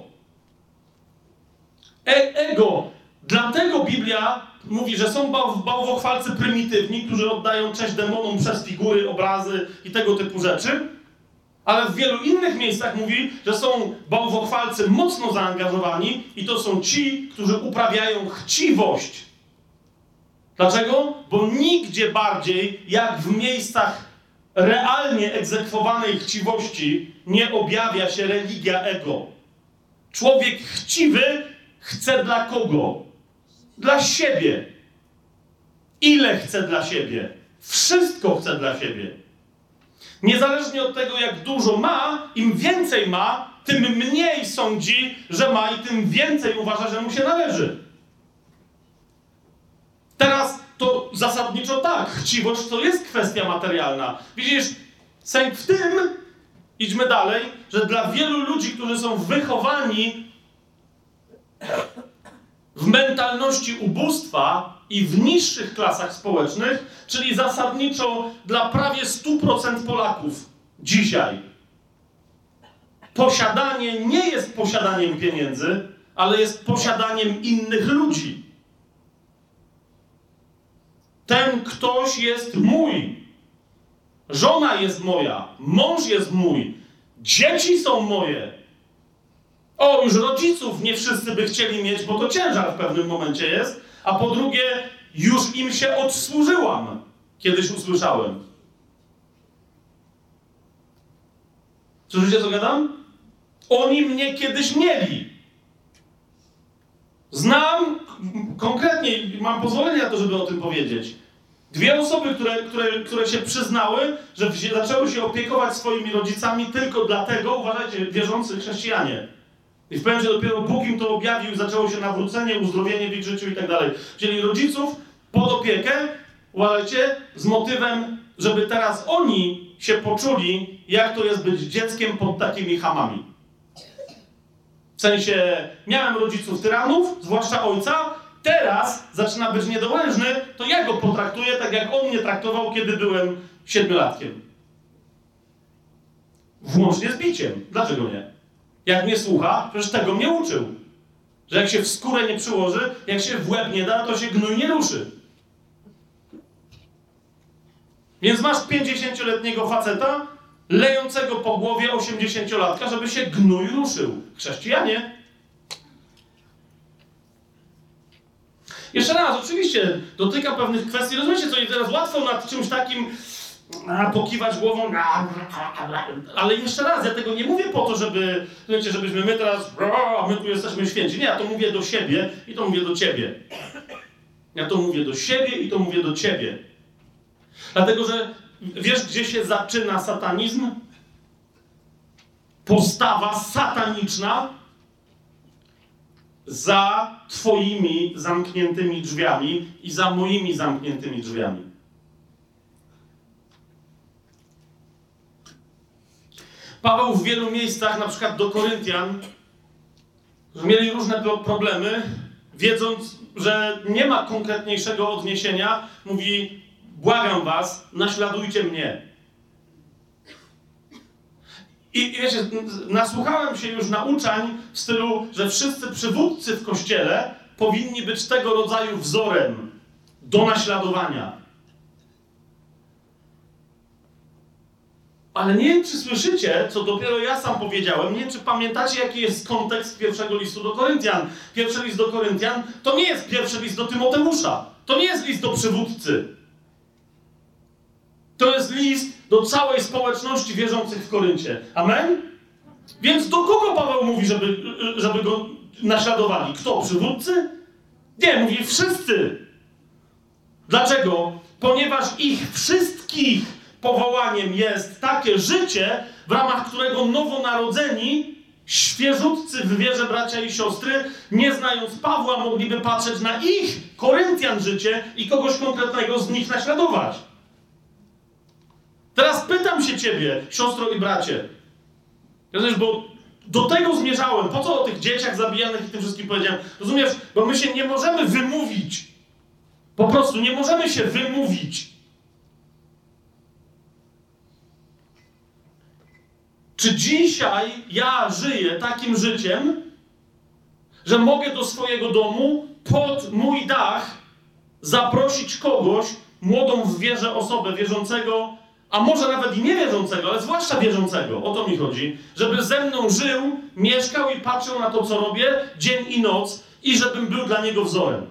Speaker 1: E ego. Dlatego Biblia mówi, że są bał bałwochwalcy prymitywni, którzy oddają cześć demonom przez figury, obrazy i tego typu rzeczy. Ale w wielu innych miejscach mówi, że są bałwochwalcy mocno zaangażowani i to są ci, którzy uprawiają chciwość. Dlaczego? Bo nigdzie bardziej jak w miejscach realnie egzekwowanej chciwości nie objawia się religia ego. Człowiek chciwy chce dla kogo? Dla siebie. Ile chce dla siebie? Wszystko chce dla siebie. Niezależnie od tego, jak dużo ma, im więcej ma, tym mniej sądzi, że ma i tym więcej uważa, że mu się należy. Teraz to zasadniczo tak, chciwość to jest kwestia materialna. Widzisz, sęk w tym, idźmy dalej, że dla wielu ludzi, którzy są wychowani w mentalności ubóstwa i w niższych klasach społecznych, czyli zasadniczo dla prawie stu procent Polaków dzisiaj, posiadanie nie jest posiadaniem pieniędzy, ale jest posiadaniem innych ludzi. Ten ktoś jest mój. Żona jest moja. Mąż jest mój. Dzieci są moje. O, już rodziców nie wszyscy by chcieli mieć, bo to ciężar w pewnym momencie jest. A po drugie, już im się odsłużyłam. Kiedyś usłyszałem. Słyszycie, co gadam? Oni mnie kiedyś mieli. Znam, konkretnie, mam pozwolenie na to, żeby o tym powiedzieć. Dwie osoby, które, które, które się przyznały, że zaczęły się opiekować swoimi rodzicami tylko dlatego, uważajcie, wierzący chrześcijanie. I w pewnym momencie dopiero Bóg im to objawił, zaczęło się nawrócenie, uzdrowienie w ich życiu i tak dalej. Wzięli rodziców pod opiekę, uważajcie, z motywem, żeby teraz oni się poczuli, jak to jest być dzieckiem pod takimi chamami. W sensie, miałem rodziców tyranów, zwłaszcza ojca, teraz zaczyna być niedołężny, to ja go potraktuję tak, jak on mnie traktował, kiedy byłem siedmiolatkiem. Włącznie z biciem. Dlaczego nie? Jak mnie słucha, przecież tego mnie uczył. Że jak się w skórę nie przyłoży, jak się w łeb nie da, to się gnój nie ruszy. Więc masz pięćdziesięcioletniego faceta, lejącego po głowie osiemdziesięciolatka, żeby się gnój ruszył. Chrześcijanie. Jeszcze raz, oczywiście, dotyka pewnych kwestii. Rozumiecie, co jest teraz łatwo nad czymś takim a, pokiwać głową, ale jeszcze raz, ja tego nie mówię po to, żeby, wiecie, żebyśmy my teraz, a my tu jesteśmy święci. Nie, ja to mówię do siebie i to mówię do ciebie. Ja to mówię do siebie i to mówię do ciebie. Dlatego, że wiesz, gdzie się zaczyna satanizm? Postawa sataniczna za twoimi zamkniętymi drzwiami i za moimi zamkniętymi drzwiami. Paweł w wielu miejscach, na przykład do Koryntian, mieli różne problemy, wiedząc, że nie ma konkretniejszego odniesienia, mówi: błagam was, naśladujcie mnie. I wiecie, nasłuchałem się już nauczań w stylu, że wszyscy przywódcy w Kościele powinni być tego rodzaju wzorem do naśladowania. Ale nie wiem, czy słyszycie, co dopiero ja sam powiedziałem, nie wiem, czy pamiętacie, jaki jest kontekst pierwszego listu do Koryntian. Pierwszy list do Koryntian to nie jest pierwszy list do Tymoteusza. To nie jest list do przywódcy. To jest list do całej społeczności wierzących w Koryncie. Amen? Więc do kogo Paweł mówi, żeby, żeby go naśladowali? Kto? Przywódcy? Nie, mówi wszyscy. Dlaczego? Ponieważ ich wszystkich powołaniem jest takie życie, w ramach którego nowonarodzeni, świeżutcy w wierze bracia i siostry, nie znając Pawła, mogliby patrzeć na ich, Koryntian, życie i kogoś konkretnego z nich naśladować. Teraz pytam się ciebie, siostro i bracie, rozumiesz, bo do tego zmierzałem. Po co o tych dzieciach zabijanych i tym wszystkim powiedziałem? Rozumiesz, bo my się nie możemy wymówić. Po prostu nie możemy się wymówić. Czy dzisiaj ja żyję takim życiem, że mogę do swojego domu, pod mój dach, zaprosić kogoś, młodą w wierze osobę wierzącego, a może nawet i niewierzącego, ale zwłaszcza wierzącego, o to mi chodzi, żeby ze mną żył, mieszkał i patrzył na to, co robię, dzień i noc, i żebym był dla niego wzorem.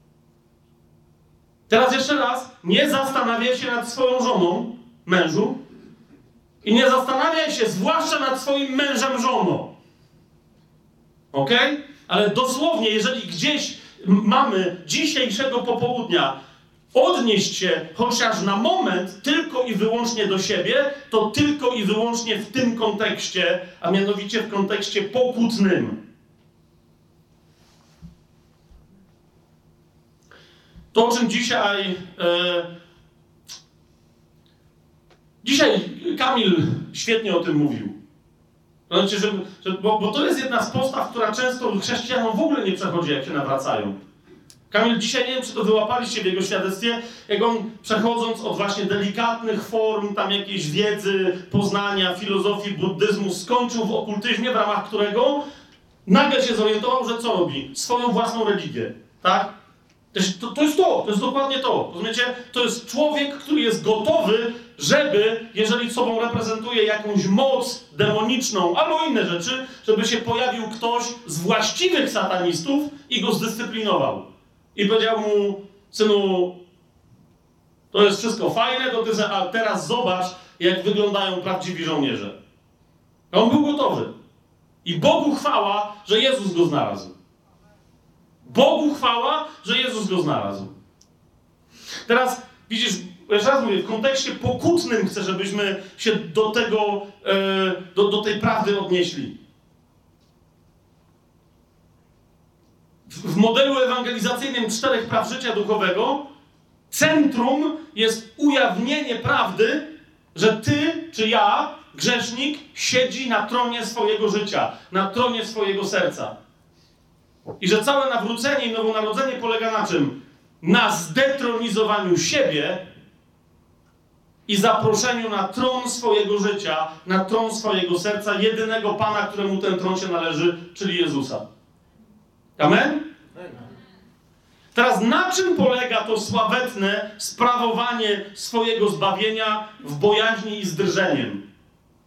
Speaker 1: Teraz jeszcze raz, nie zastanawiaj się nad swoją żoną, mężu, i nie zastanawiaj się zwłaszcza nad swoim mężem, żoną. Okej? Okay? Ale dosłownie, jeżeli gdzieś mamy dzisiejszego popołudnia odnieść się chociaż na moment tylko i wyłącznie do siebie, to tylko i wyłącznie w tym kontekście, a mianowicie w kontekście pokutnym. To, o czym dzisiaj... E, dzisiaj Kamil świetnie o tym mówił. To znaczy, że, że, bo, bo to jest jedna z postaw, która często chrześcijanom w ogóle nie przechodzi, jak się nawracają. Kamil dzisiaj, nie wiem, czy to wyłapaliście w jego świadectwie, jak on przechodząc od właśnie delikatnych form, tam jakiejś wiedzy, poznania, filozofii, buddyzmu, skończył w okultyzmie, w ramach którego nagle się zorientował, że co robi? Swoją własną religię, tak? To jest to, to jest to, to jest dokładnie to. Rozumiecie? To jest człowiek, który jest gotowy, żeby, jeżeli sobą reprezentuje jakąś moc demoniczną albo inne rzeczy, żeby się pojawił ktoś z właściwych satanistów i go zdyscyplinował. I powiedział mu: synu, to jest wszystko fajne, to ty, a teraz zobacz, jak wyglądają prawdziwi żołnierze. On był gotowy. I Bogu chwała, że Jezus go znalazł. Bogu chwała, że Jezus go znalazł. Teraz widzisz, jeszcze raz mówię, w kontekście pokutnym chcę, żebyśmy się do tego, e, do, do tej prawdy odnieśli. W, w modelu ewangelizacyjnym czterech praw życia duchowego centrum jest ujawnienie prawdy, że ty czy ja, grzesznik, siedzi na tronie swojego życia, na tronie swojego serca. I że całe nawrócenie i nowonarodzenie polega na czym? Na zdetronizowaniu siebie i zaproszeniu na tron swojego życia, na tron swojego serca, jedynego Pana, któremu ten tron się należy, czyli Jezusa. Amen? Teraz na czym polega to sławetne sprawowanie swojego zbawienia w bojaźni i z drżeniem?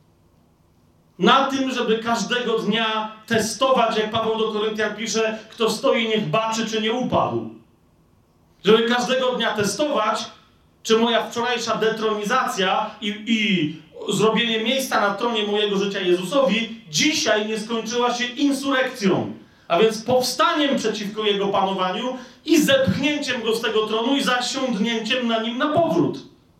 Speaker 1: Na tym, żeby każdego dnia testować, jak Paweł do Koryntian pisze, kto stoi, niech baczy, czy nie upadł. Żeby każdego dnia testować, czy moja wczorajsza detronizacja i, i zrobienie miejsca na tronie mojego życia Jezusowi dzisiaj nie skończyła się insurekcją, a więc powstaniem przeciwko Jego panowaniu i zepchnięciem Go z tego tronu i zasiądnięciem na Nim na powrót.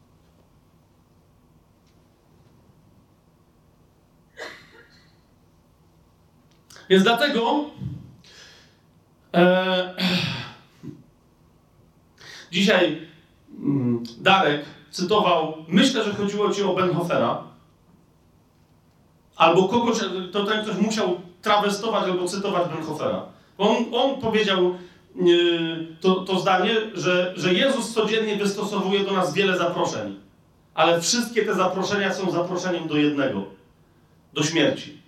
Speaker 1: Więc dlatego e, dzisiaj mm, Darek cytował, myślę, że chodziło ci o Bonhoeffera, albo kogoś, to ten ktoś musiał trawestować albo cytować Bonhoeffera. On, on powiedział yy, to, to zdanie, że, że Jezus codziennie wystosowuje do nas wiele zaproszeń, ale wszystkie te zaproszenia są zaproszeniem do jednego, do śmierci.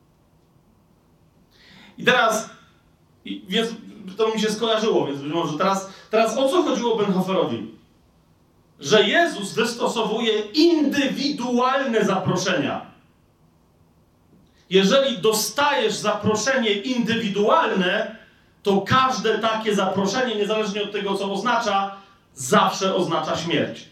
Speaker 1: I teraz, i, więc to mi się skojarzyło, więc być może teraz, teraz o co chodziło Bonhoefferowi? Że Jezus wystosowuje indywidualne zaproszenia. Jeżeli dostajesz zaproszenie indywidualne, to każde takie zaproszenie, niezależnie od tego, co oznacza, zawsze oznacza śmierć.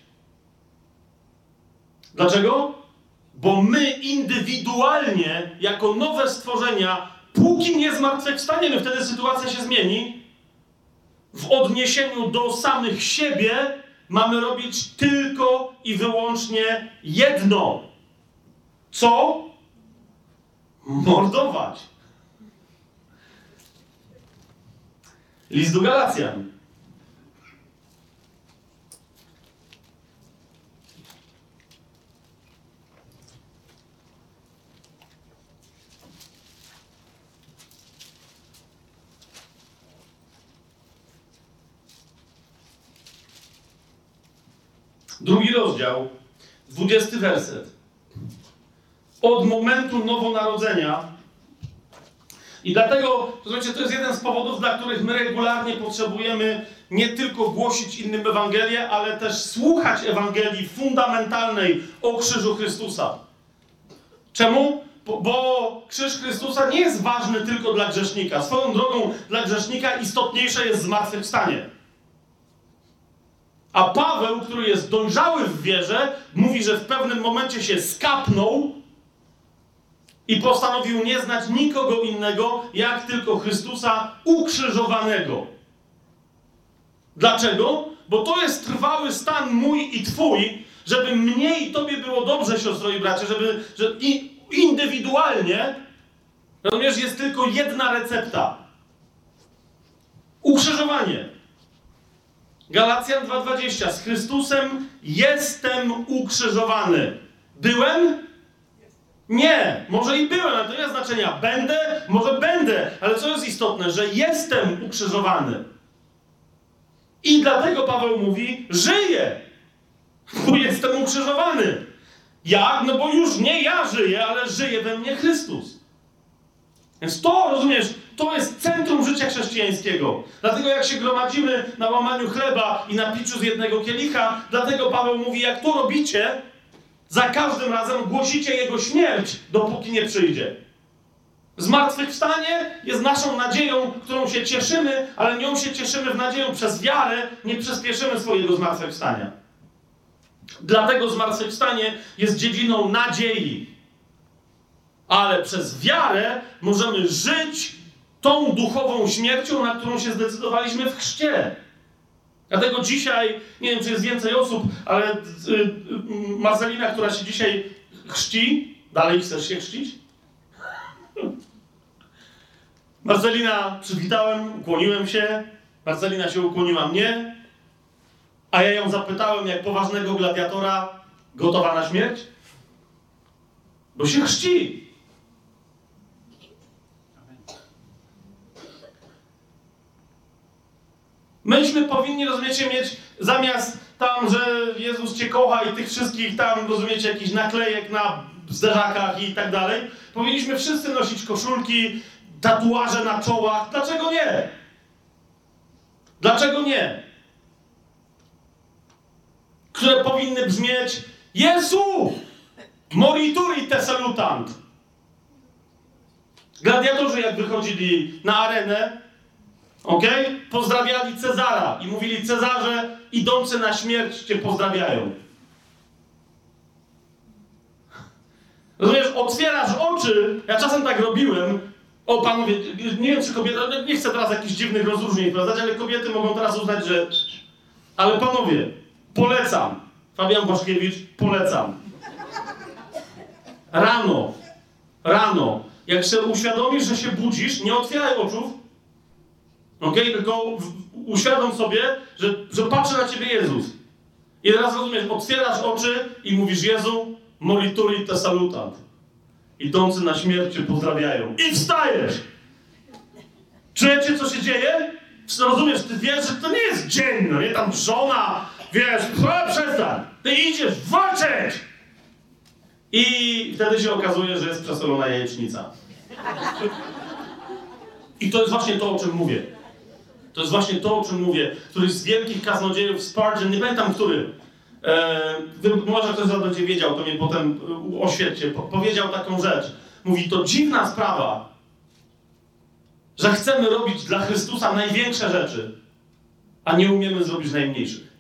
Speaker 1: Dlaczego? Bo my indywidualnie, jako nowe stworzenia, póki nie zmartwychwstaniemy, wtedy sytuacja się zmieni, w odniesieniu do samych siebie mamy robić tylko i wyłącznie jedno. Co? Mordować. List do Galacjan. Drugi rozdział, dwudziesty werset. Od momentu nowonarodzenia. I dlatego, słuchajcie, to jest jeden z powodów, dla których my regularnie potrzebujemy nie tylko głosić innym Ewangelię, ale też słuchać Ewangelii fundamentalnej o krzyżu Chrystusa. Czemu? Bo, bo krzyż Chrystusa nie jest ważny tylko dla grzesznika. Swoją drogą dla grzesznika istotniejsze jest zmartwychwstanie. A Paweł, który jest dojrzały w wierze, mówi, że w pewnym momencie się skapnął i postanowił nie znać nikogo innego, jak tylko Chrystusa ukrzyżowanego. Dlaczego? Bo to jest trwały stan mój i twój, żeby mnie i tobie było dobrze, siostro i bracie, żeby że i indywidualnie, rozumiesz, jest tylko jedna recepta. Ukrzyżowanie. Galacjan dwa dwadzieścia. Z Chrystusem jestem ukrzyżowany. Byłem? Nie. Może i byłem, ale to nie ma znaczenia. Będę? Może będę. Ale co jest istotne? Że jestem ukrzyżowany. I dlatego Paweł mówi, żyję. Bo jestem ukrzyżowany. Jak? No bo już nie ja żyję, ale żyje we mnie Chrystus. Więc to, rozumiesz, to jest centrum życia chrześcijańskiego. Dlatego jak się gromadzimy na łamaniu chleba i na piciu z jednego kielicha, dlatego Paweł mówi, jak to robicie, za każdym razem głosicie Jego śmierć, dopóki nie przyjdzie. Zmartwychwstanie jest naszą nadzieją, którą się cieszymy, ale nią się cieszymy w nadzieję przez wiarę, nie przyspieszymy swojego zmartwychwstania. Dlatego zmartwychwstanie jest dziedziną nadziei. Ale przez wiarę możemy żyć tą duchową śmiercią, na którą się zdecydowaliśmy w chrzcie. Dlatego dzisiaj, nie wiem, czy jest więcej osób, ale y, y, Marcelina, która się dzisiaj chrzci, dalej chcesz się chrzcić? Marcelina, przywitałem, ukłoniłem się, Marcelina się ukłoniła mnie, a ja ją zapytałem, jak poważnego gladiatora, gotowa na śmierć? Bo się chrzci. Myśmy powinni, rozumiecie, mieć zamiast tam, że Jezus cię kocha i tych wszystkich tam, rozumiecie, jakichś naklejek na zderzakach i tak dalej, powinniśmy wszyscy nosić koszulki, tatuaże na czołach. Dlaczego nie? Dlaczego nie? Które powinny brzmieć: Jezu! Morituri te salutant! Gladiatorzy jak wychodzili na arenę, okej, okay, pozdrawiali Cezara i mówili: Cezarze, idący na śmierć cię pozdrawiają. Rozumiesz, otwierasz oczy, ja czasem tak robiłem, o panowie, nie wiem czy kobiety, nie chcę teraz jakichś dziwnych rozróżnień wprowadzać, ale kobiety mogą teraz uznać, że... Ale panowie, polecam, Fabian Błaszkiewicz, polecam. Rano, rano, jak się uświadomisz, że się budzisz, nie otwieraj oczów, okej, okay? Tylko w, uświadom sobie, że, że patrzy na ciebie Jezus. I teraz rozumiesz, otwierasz oczy i mówisz: Jezu, morituri te salutant. Idący na śmierć cię pozdrawiają. I wstajesz! Czujecie, co się dzieje? Rozumiesz, ty wiesz, że to nie jest dzień, no nie? Tam żona, wiesz, przestań! Ty idziesz walczyć! I wtedy się okazuje, że jest przesolona jajecznica. I to jest właśnie to, o czym mówię. To jest właśnie to, o czym mówię. Któryś z wielkich kaznodziejów, Spurgeon, nie pamiętam który, e, może ktoś będzie wiedział, to mnie potem oświetcie, po, powiedział taką rzecz. Mówi: to dziwna sprawa, że chcemy robić dla Chrystusa największe rzeczy, a nie umiemy zrobić najmniejszych.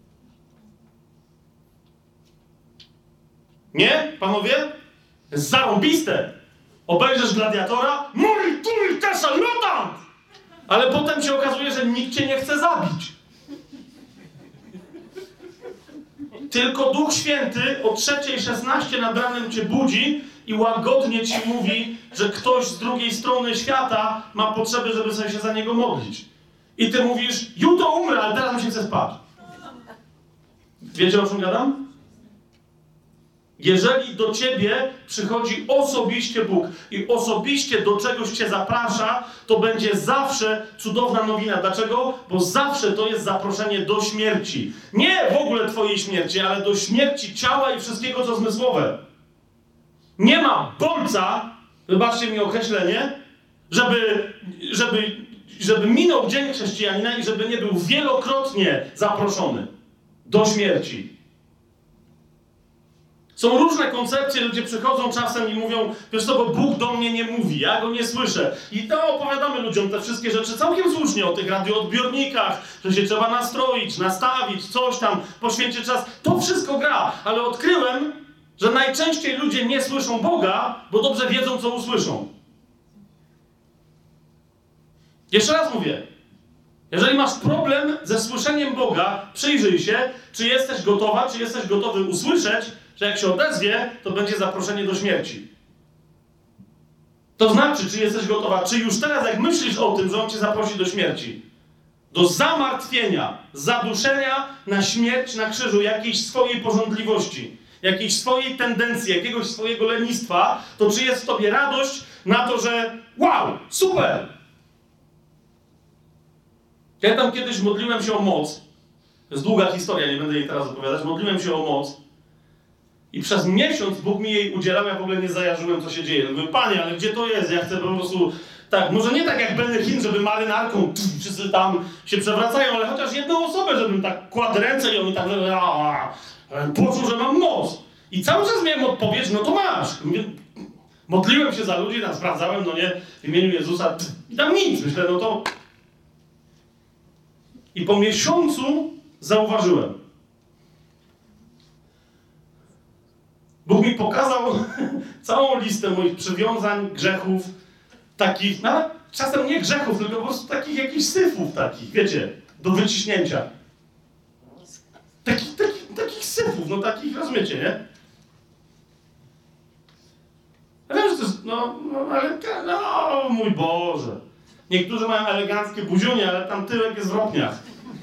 Speaker 1: Nie, panowie? Jest zarąbiste. Obejrzysz Gladiatora, morituri te salutant! Ale potem się okazuje, że nikt cię nie chce zabić. Tylko Duch Święty o trzeciej szesnaście nad ranem cię budzi i łagodnie ci mówi, że ktoś z drugiej strony świata ma potrzeby, żeby sobie się za niego modlić. I ty mówisz: jutro umrę, ale teraz mi się chce spać. Wiecie, o czym gadam? Jeżeli do ciebie przychodzi osobiście Bóg i osobiście do czegoś cię zaprasza, to będzie zawsze cudowna nowina. Dlaczego? Bo zawsze to jest zaproszenie do śmierci. Nie w ogóle twojej śmierci, ale do śmierci ciała i wszystkiego, co zmysłowe. Nie ma bolca, wybaczcie mi określenie, żeby, żeby, żeby minął dzień chrześcijanina i żeby nie był wielokrotnie zaproszony do śmierci. Są różne koncepcje, ludzie przychodzą czasem i mówią: wiesz co, bo Bóg do mnie nie mówi, ja go nie słyszę. I to opowiadamy ludziom te wszystkie rzeczy całkiem słusznie, o tych radioodbiornikach, że się trzeba nastroić, nastawić, coś tam, poświęcić czas. To wszystko gra, ale odkryłem, że najczęściej ludzie nie słyszą Boga, bo dobrze wiedzą, co usłyszą. Jeszcze raz mówię. Jeżeli masz problem ze słyszeniem Boga, przyjrzyj się, czy jesteś gotowa, czy jesteś gotowy usłyszeć, że jak się odezwie, to będzie zaproszenie do śmierci. To znaczy, czy jesteś gotowa, czy już teraz, jak myślisz o tym, że on cię zaprosi do śmierci, do zamartwienia, zaduszenia na śmierć na krzyżu jakiejś swojej pożądliwości, jakiejś swojej tendencji, jakiegoś swojego lenistwa, to czy jest w tobie radość na to, że wow, super! Ja tam kiedyś modliłem się o moc. To jest długa historia, nie będę jej teraz opowiadać. Modliłem się o moc. I przez miesiąc Bóg mi jej udzielał, ja w ogóle nie zajarzyłem, co się dzieje. Mówię: Panie, ale gdzie to jest? Ja chcę po prostu... Tak, może nie tak jak Benny Hinn, żeby marynarką pff, wszyscy tam się przewracają, ale chociaż jedną osobę, żebym tak kładł ręce i on mi tak... poczuł, że mam moc. I cały czas miałem odpowiedź: no to masz. Mówię, modliłem się za ludzi, tam sprawdzałem, no nie, w imieniu Jezusa. Pff, I tam nic. Myślę, no to... I po miesiącu zauważyłem. Bóg mi pokazał całą listę moich przywiązań, grzechów, takich, nawet czasem nie grzechów, tylko po prostu takich jakichś syfów takich, wiecie, do wyciśnięcia. Takich, takich, takich syfów, no takich, rozumiecie, nie? Ja wiem, że to jest, no, no, ale, no, mój Boże. Niektórzy mają eleganckie buzionie, ale tam tyłek jest w ropniach.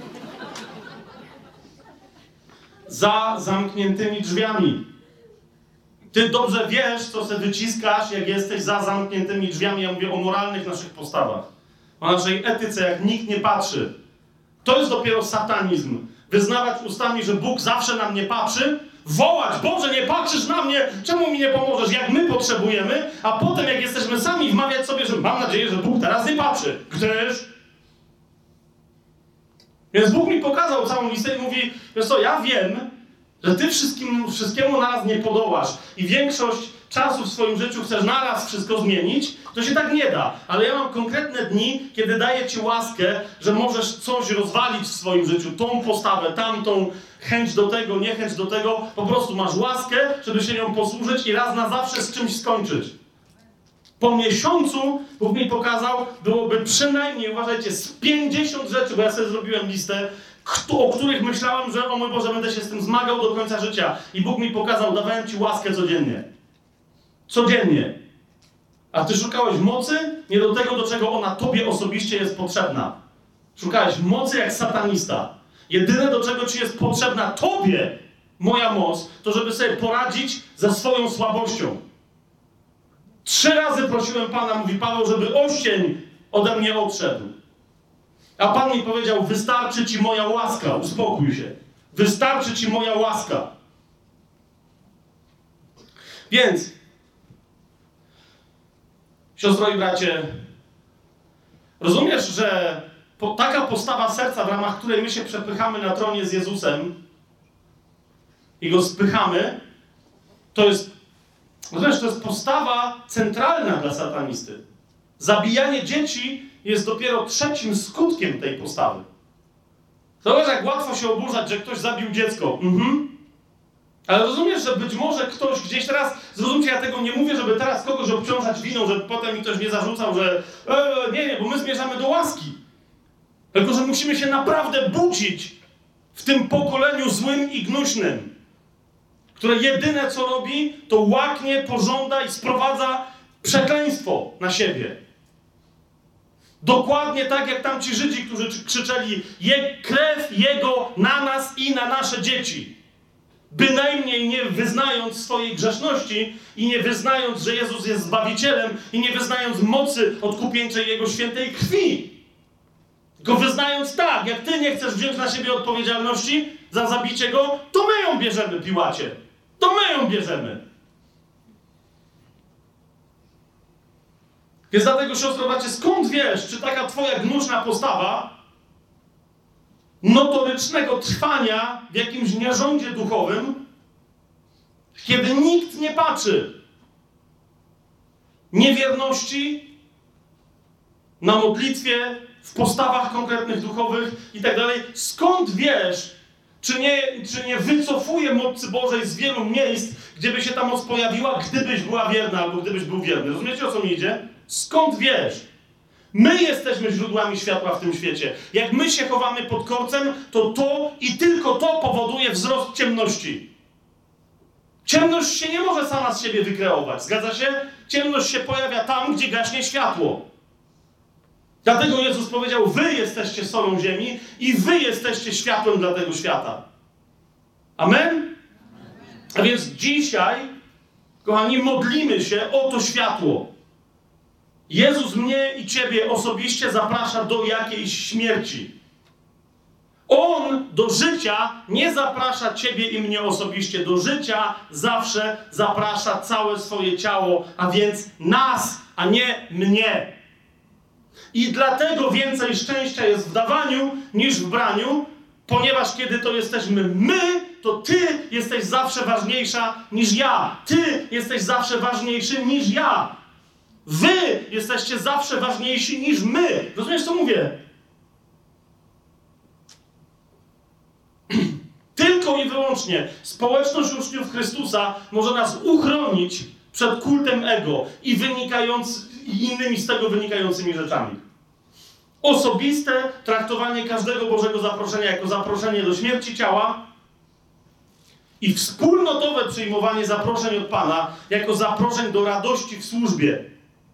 Speaker 1: Za zamkniętymi drzwiami. Ty dobrze wiesz, co se wyciskasz, jak jesteś za zamkniętymi drzwiami. Ja mówię o moralnych naszych postawach. O naszej etyce, jak nikt nie patrzy. To jest dopiero satanizm. Wyznawać ustami, że Bóg zawsze na mnie patrzy. Wołać: Boże, nie patrzysz na mnie, czemu mi nie pomożesz, jak my potrzebujemy, a potem, jak jesteśmy sami, wmawiać sobie, że mam nadzieję, że Bóg teraz nie patrzy. Gdyż... Więc Bóg mi pokazał całą listę i mówi: wiesz co, ja wiem, że ty wszystkim, wszystkiemu naraz nie podołasz. I większość czasu w swoim życiu chcesz naraz wszystko zmienić, to się tak nie da. Ale ja mam konkretne dni, kiedy daję ci łaskę, że możesz coś rozwalić w swoim życiu. Tą postawę, tamtą, chęć do tego, niechęć do tego. Po prostu masz łaskę, żeby się nią posłużyć i raz na zawsze z czymś skończyć. Po miesiącu Bóg mi pokazał, byłoby przynajmniej, uważajcie, z pięćdziesiąt rzeczy, bo ja sobie zrobiłem listę, o których myślałem, że o mój Boże, będę się z tym zmagał do końca życia. I Bóg mi pokazał, dawałem ci łaskę codziennie. Codziennie. A ty szukałeś mocy nie do tego, do czego ona tobie osobiście jest potrzebna. Szukałeś mocy jak satanista. Jedyne, do czego ci jest potrzebna tobie, moja moc, to żeby sobie poradzić ze swoją słabością. Trzy razy prosiłem Pana, mówi Paweł, żeby oścień ode mnie odszedł. A Pan mi powiedział, wystarczy ci moja łaska, uspokój się. Wystarczy ci moja łaska. Więc, siostro i bracie, rozumiesz, że po, taka postawa serca, w ramach której my się przepychamy na tronie z Jezusem i Go spychamy, to jest, rozumiesz, to jest postawa centralna dla satanisty. Zabijanie dzieci jest dopiero trzecim skutkiem tej postawy. Zobacz, jak łatwo się oburzać, że ktoś zabił dziecko. Mhm. Ale rozumiesz, że być może ktoś gdzieś teraz, zrozumcie, ja tego nie mówię, żeby teraz kogoś obciążać winą, że potem mi ktoś nie zarzucał, że e, nie, nie, bo my zmierzamy do łaski. Tylko, że musimy się naprawdę budzić w tym pokoleniu złym i gnuśnym, które jedyne co robi, to łaknie, pożąda i sprowadza przekleństwo na siebie. Dokładnie tak jak tamci Żydzi, którzy krzyczeli je, krew Jego na nas i na nasze dzieci. Bynajmniej nie wyznając swojej grzeszności i nie wyznając, że Jezus jest Zbawicielem i nie wyznając mocy odkupieńczej Jego świętej krwi. Tylko wyznając tak, jak ty nie chcesz wziąć na siebie odpowiedzialności za zabicie Go, to my ją bierzemy, Piłacie. To my ją bierzemy. Więc dlatego, siostro, bracie, skąd wiesz, czy taka twoja gnuszna postawa notorycznego trwania w jakimś nierządzie duchowym, kiedy nikt nie patrzy, niewierności na modlitwie, w postawach konkretnych duchowych i tak dalej, skąd wiesz, czy nie, czy nie wycofuje mocy Bożej z wielu miejsc, gdzie by się ta moc pojawiła, gdybyś była wierna albo gdybyś był wierny. Rozumiecie, o co mi idzie? Skąd wiesz? My jesteśmy źródłami światła w tym świecie. Jak my się chowamy pod korcem, to to i tylko to powoduje wzrost ciemności. Ciemność się nie może sama z siebie wykreować. Zgadza się? Ciemność się pojawia tam, gdzie gaśnie światło. Dlatego Jezus powiedział, wy jesteście solą ziemi i wy jesteście światłem dla tego świata. Amen? A więc dzisiaj, kochani, modlimy się o to światło. Jezus mnie i ciebie osobiście zaprasza do jakiejś śmierci. On do życia nie zaprasza ciebie i mnie osobiście. Do życia zawsze zaprasza całe swoje ciało, a więc nas, a nie mnie. I dlatego więcej szczęścia jest w dawaniu niż w braniu, ponieważ kiedy to jesteśmy my, to ty jesteś zawsze ważniejsza niż ja. Ty jesteś zawsze ważniejszy niż ja. Wy jesteście zawsze ważniejsi niż my. Rozumiesz, co mówię? Tylko i wyłącznie społeczność uczniów Chrystusa może nas uchronić przed kultem ego i, wynikając, i innymi z tego wynikającymi rzeczami. Osobiste traktowanie każdego Bożego zaproszenia jako zaproszenie do śmierci ciała i wspólnotowe przyjmowanie zaproszeń od Pana jako zaproszeń do radości w służbie.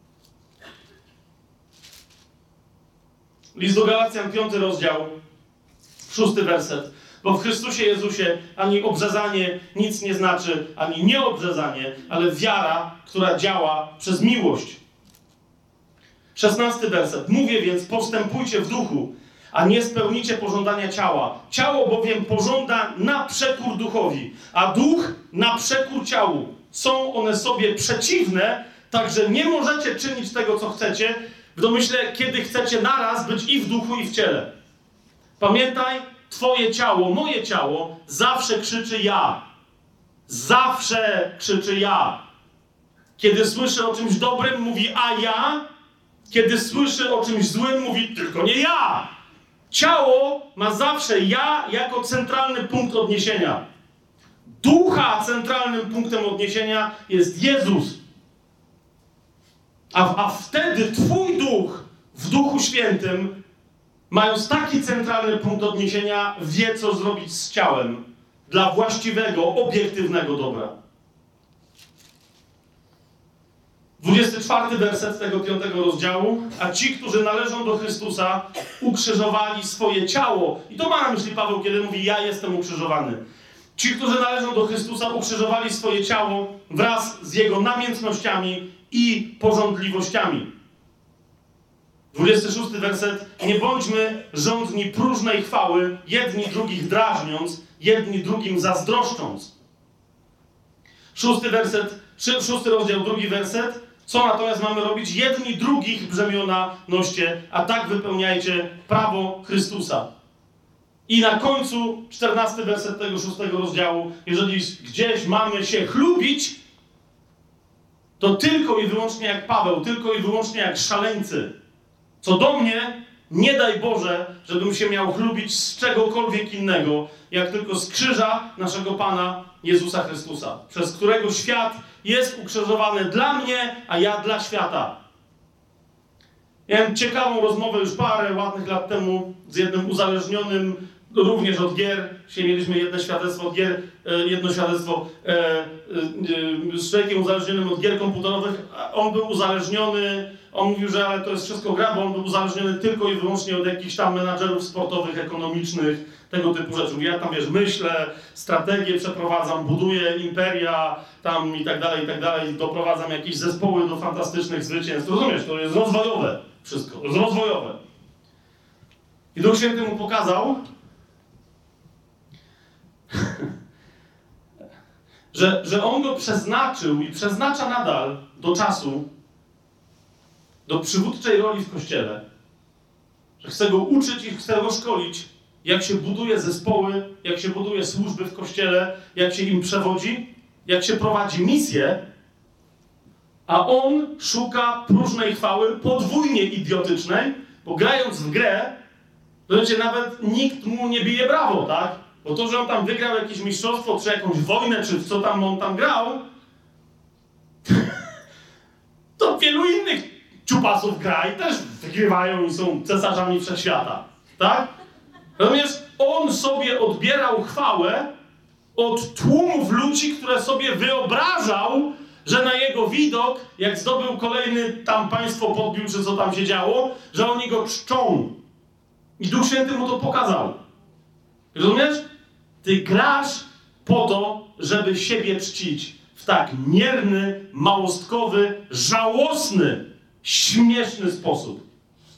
Speaker 1: List do Galacjan, piąty rozdział, szósty werset. Bo w Chrystusie Jezusie ani obrzezanie nic nie znaczy, ani nieobrzezanie, ale wiara, która działa przez miłość. Szesnasty werset. Mówię więc, postępujcie w duchu, a nie spełnicie pożądania ciała. Ciało bowiem pożąda na przekór duchowi, a duch na przekór ciału. Są one sobie przeciwne, także nie możecie czynić tego, co chcecie, w domyśle, kiedy chcecie naraz być i w duchu, i w ciele. Pamiętaj, twoje ciało, moje ciało zawsze krzyczy ja. Zawsze krzyczy ja. Kiedy słyszy o czymś dobrym, mówi a ja. Kiedy słyszy o czymś złym, mówi tylko nie ja. Ciało ma zawsze ja jako centralny punkt odniesienia. Ducha centralnym punktem odniesienia jest Jezus. A, a wtedy twój duch w Duchu Świętym, mając taki centralny punkt odniesienia, wie, co zrobić z ciałem dla właściwego, obiektywnego dobra. dwudziesty czwarty werset tego piątego rozdziału. A ci, którzy należą do Chrystusa, ukrzyżowali swoje ciało. I to ma na myśli Paweł, kiedy mówi, ja jestem ukrzyżowany. Ci, którzy należą do Chrystusa, ukrzyżowali swoje ciało wraz z Jego namiętnościami i pożądliwościami. dwudziesty szósty werset. Nie bądźmy żądni próżnej chwały, jedni drugich drażniąc, jedni drugim zazdroszcząc. Szósty werset, szósty rozdział, drugi werset. Co natomiast mamy robić? Jedni drugich brzemiona noście, a tak wypełniajcie prawo Chrystusa. I na końcu, czternasty werset tego szóstego rozdziału. Jeżeli gdzieś mamy się chlubić, to tylko i wyłącznie jak Paweł, tylko i wyłącznie jak szaleńcy. Co do mnie, nie daj Boże, żebym się miał chlubić z czegokolwiek innego, jak tylko z krzyża naszego Pana Jezusa Chrystusa, przez którego świat jest ukrzyżowany dla mnie, a ja dla świata. Miałem ciekawą rozmowę już parę ładnych lat temu z jednym uzależnionym również od gier. Dzisiaj mieliśmy jedno świadectwo od gier, jedno świadectwo z człowiekiem uzależnionym od gier komputerowych. On był uzależniony, on mówił, że ale to jest wszystko gra, bo on był uzależniony tylko i wyłącznie od jakichś tam menadżerów sportowych, ekonomicznych, tego typu rzeczy. Mówi, ja tam, wiesz, myślę, strategię przeprowadzam, buduję imperia tam i tak dalej, i tak dalej, doprowadzam jakieś zespoły do fantastycznych zwycięstw. Rozumiesz, to jest rozwojowe wszystko, to jest rozwojowe. I Duch Święty mu pokazał, że, że on go przeznaczył i przeznacza nadal do czasu, do przywódczej roli w Kościele. Że chce go uczyć i chce go szkolić, jak się buduje zespoły, jak się buduje służby w Kościele, jak się im przewodzi, jak się prowadzi misję, a on szuka próżnej chwały, podwójnie idiotycznej, bo grając w grę, to wiecie, nawet nikt mu nie bije brawo, tak? Bo to, że on tam wygrał jakieś mistrzostwo, czy jakąś wojnę, czy w co tam on tam grał, to wielu innych ciupasów gra i też wygrywają i są cesarzami wszechświata, tak? Natomiast on sobie odbierał chwałę od tłumów ludzi, które sobie wyobrażał, że na jego widok, jak zdobył kolejny tam państwo podbił, czy co tam się działo, że oni go czczą. I Duch Święty mu to pokazał. Rozumiesz? Ty grasz po to, żeby siebie czcić w tak mierny, małostkowy, żałosny, śmieszny sposób.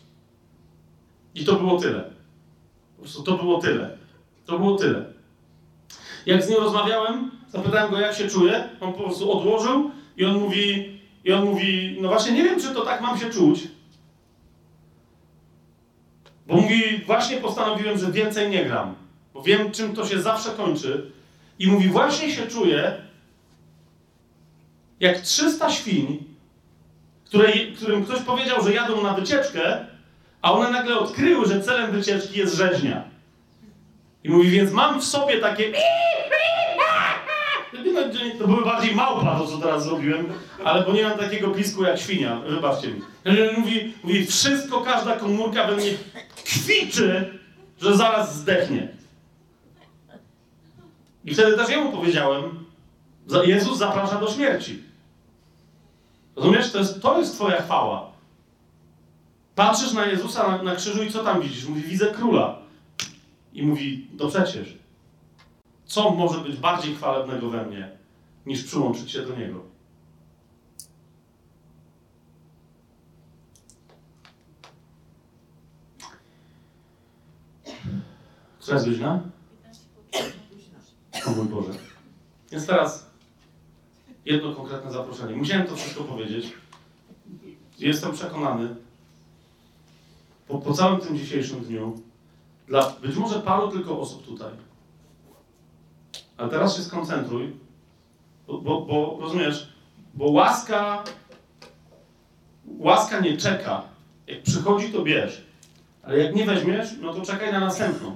Speaker 1: I to było tyle. Po prostu to było tyle. To było tyle. Jak z nim rozmawiałem, zapytałem go, jak się czuje. On po prostu odłożył i on mówi, i on mówi, no właśnie nie wiem, czy to tak mam się czuć. Bo mówi, właśnie postanowiłem, że więcej nie gram. Bo wiem, czym to się zawsze kończy. I mówi, właśnie się czuję jak trzysta świń, której, którym ktoś powiedział, że jadą na wycieczkę, a one nagle odkryły, że celem wycieczki jest rzeźnia. I mówi, więc mam w sobie takie... To były bardziej małpa, to co teraz zrobiłem, ale bo nie mam takiego pisku jak świnia, wybaczcie mi. Mówi, mówi, wszystko, każda komórka we mnie kwiczy, że zaraz zdechnie. I wtedy też jemu powiedziałem, Jezus zaprasza do śmierci. Rozumiesz? To jest, to jest twoja chwała. Patrzysz na Jezusa na, na krzyżu i co tam widzisz? Mówi, widzę króla. I mówi, to przecież, co może być bardziej chwalebnego we mnie, niż przyłączyć się do Niego? Która jest godzina? O mój Boże. Więc teraz jedno konkretne zaproszenie. Musiałem to wszystko powiedzieć. Jestem przekonany, po, po całym tym dzisiejszym dniu, dla być może paru tylko osób tutaj. Ale teraz się skoncentruj, bo, bo, bo rozumiesz, Bo łaska, łaska nie czeka. Jak przychodzi, to bierz. Ale jak nie weźmiesz, no to czekaj na następną.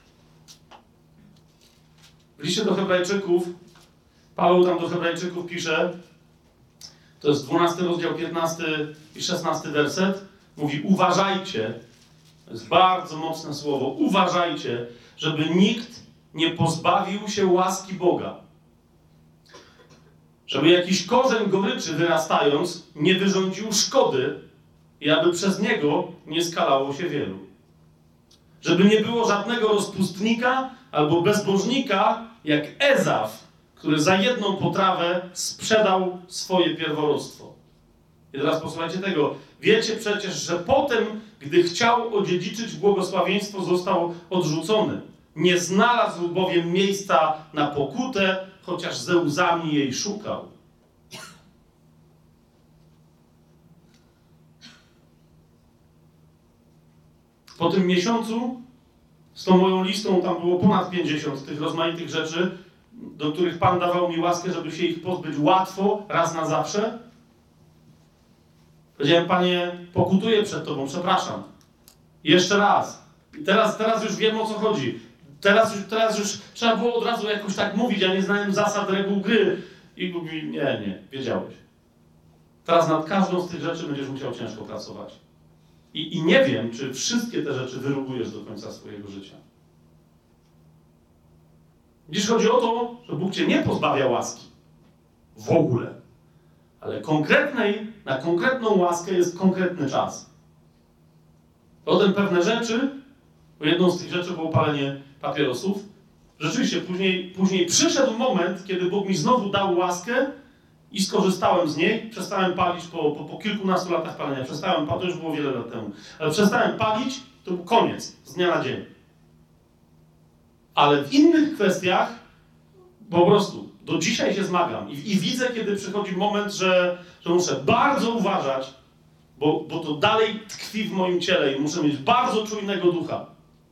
Speaker 1: W liście do Hebrajczyków, Paweł tam do Hebrajczyków pisze, to jest dwunasty rozdział, piętnasty i szesnasty werset, mówi: uważajcie, to jest bardzo mocne słowo, uważajcie, żeby nikt nie pozbawił się łaski Boga. Żeby jakiś korzeń goryczy wyrastając nie wyrządził szkody i aby przez niego nie skalało się wielu. Żeby nie było żadnego rozpustnika albo bezbożnika jak Ezaf, który za jedną potrawę sprzedał swoje pierworództwo. I teraz posłuchajcie tego. Wiecie przecież, że potem, gdy chciał odziedziczyć błogosławieństwo, został odrzucony. Nie znalazł bowiem miejsca na pokutę, chociaż ze łzami jej szukał. Po tym miesiącu z tą moją listą tam było ponad pięćdziesiąt tych rozmaitych rzeczy, do których Pan dawał mi łaskę, żeby się ich pozbyć łatwo, raz na zawsze. Powiedziałem: Panie, pokutuję przed Tobą, przepraszam. Jeszcze raz. I teraz, teraz już wiem, o co chodzi. Teraz już, teraz już trzeba było od razu jakoś tak mówić, ja nie znałem zasad, reguł gry. I mówi: nie, nie, wiedziałeś. Teraz nad każdą z tych rzeczy będziesz musiał ciężko pracować. I, I nie wiem, czy wszystkie te rzeczy wyrugujesz do końca swojego życia. Dziś chodzi o to, że Bóg cię nie pozbawia łaski. W ogóle. Ale konkretnej, na konkretną łaskę jest konkretny czas. Potem pewne rzeczy, bo jedną z tych rzeczy było palenie papierosów, rzeczywiście później, później przyszedł moment, kiedy Bóg mi znowu dał łaskę i skorzystałem z niej. Przestałem palić po, po, po kilkunastu latach palenia. Przestałem palić, to już było wiele lat temu. Ale przestałem palić, to był koniec, z dnia na dzień. Ale w innych kwestiach po prostu do dzisiaj się zmagam. I, i widzę, kiedy przychodzi moment, że, że muszę bardzo uważać, bo, bo to dalej tkwi w moim ciele i muszę mieć bardzo czujnego ducha.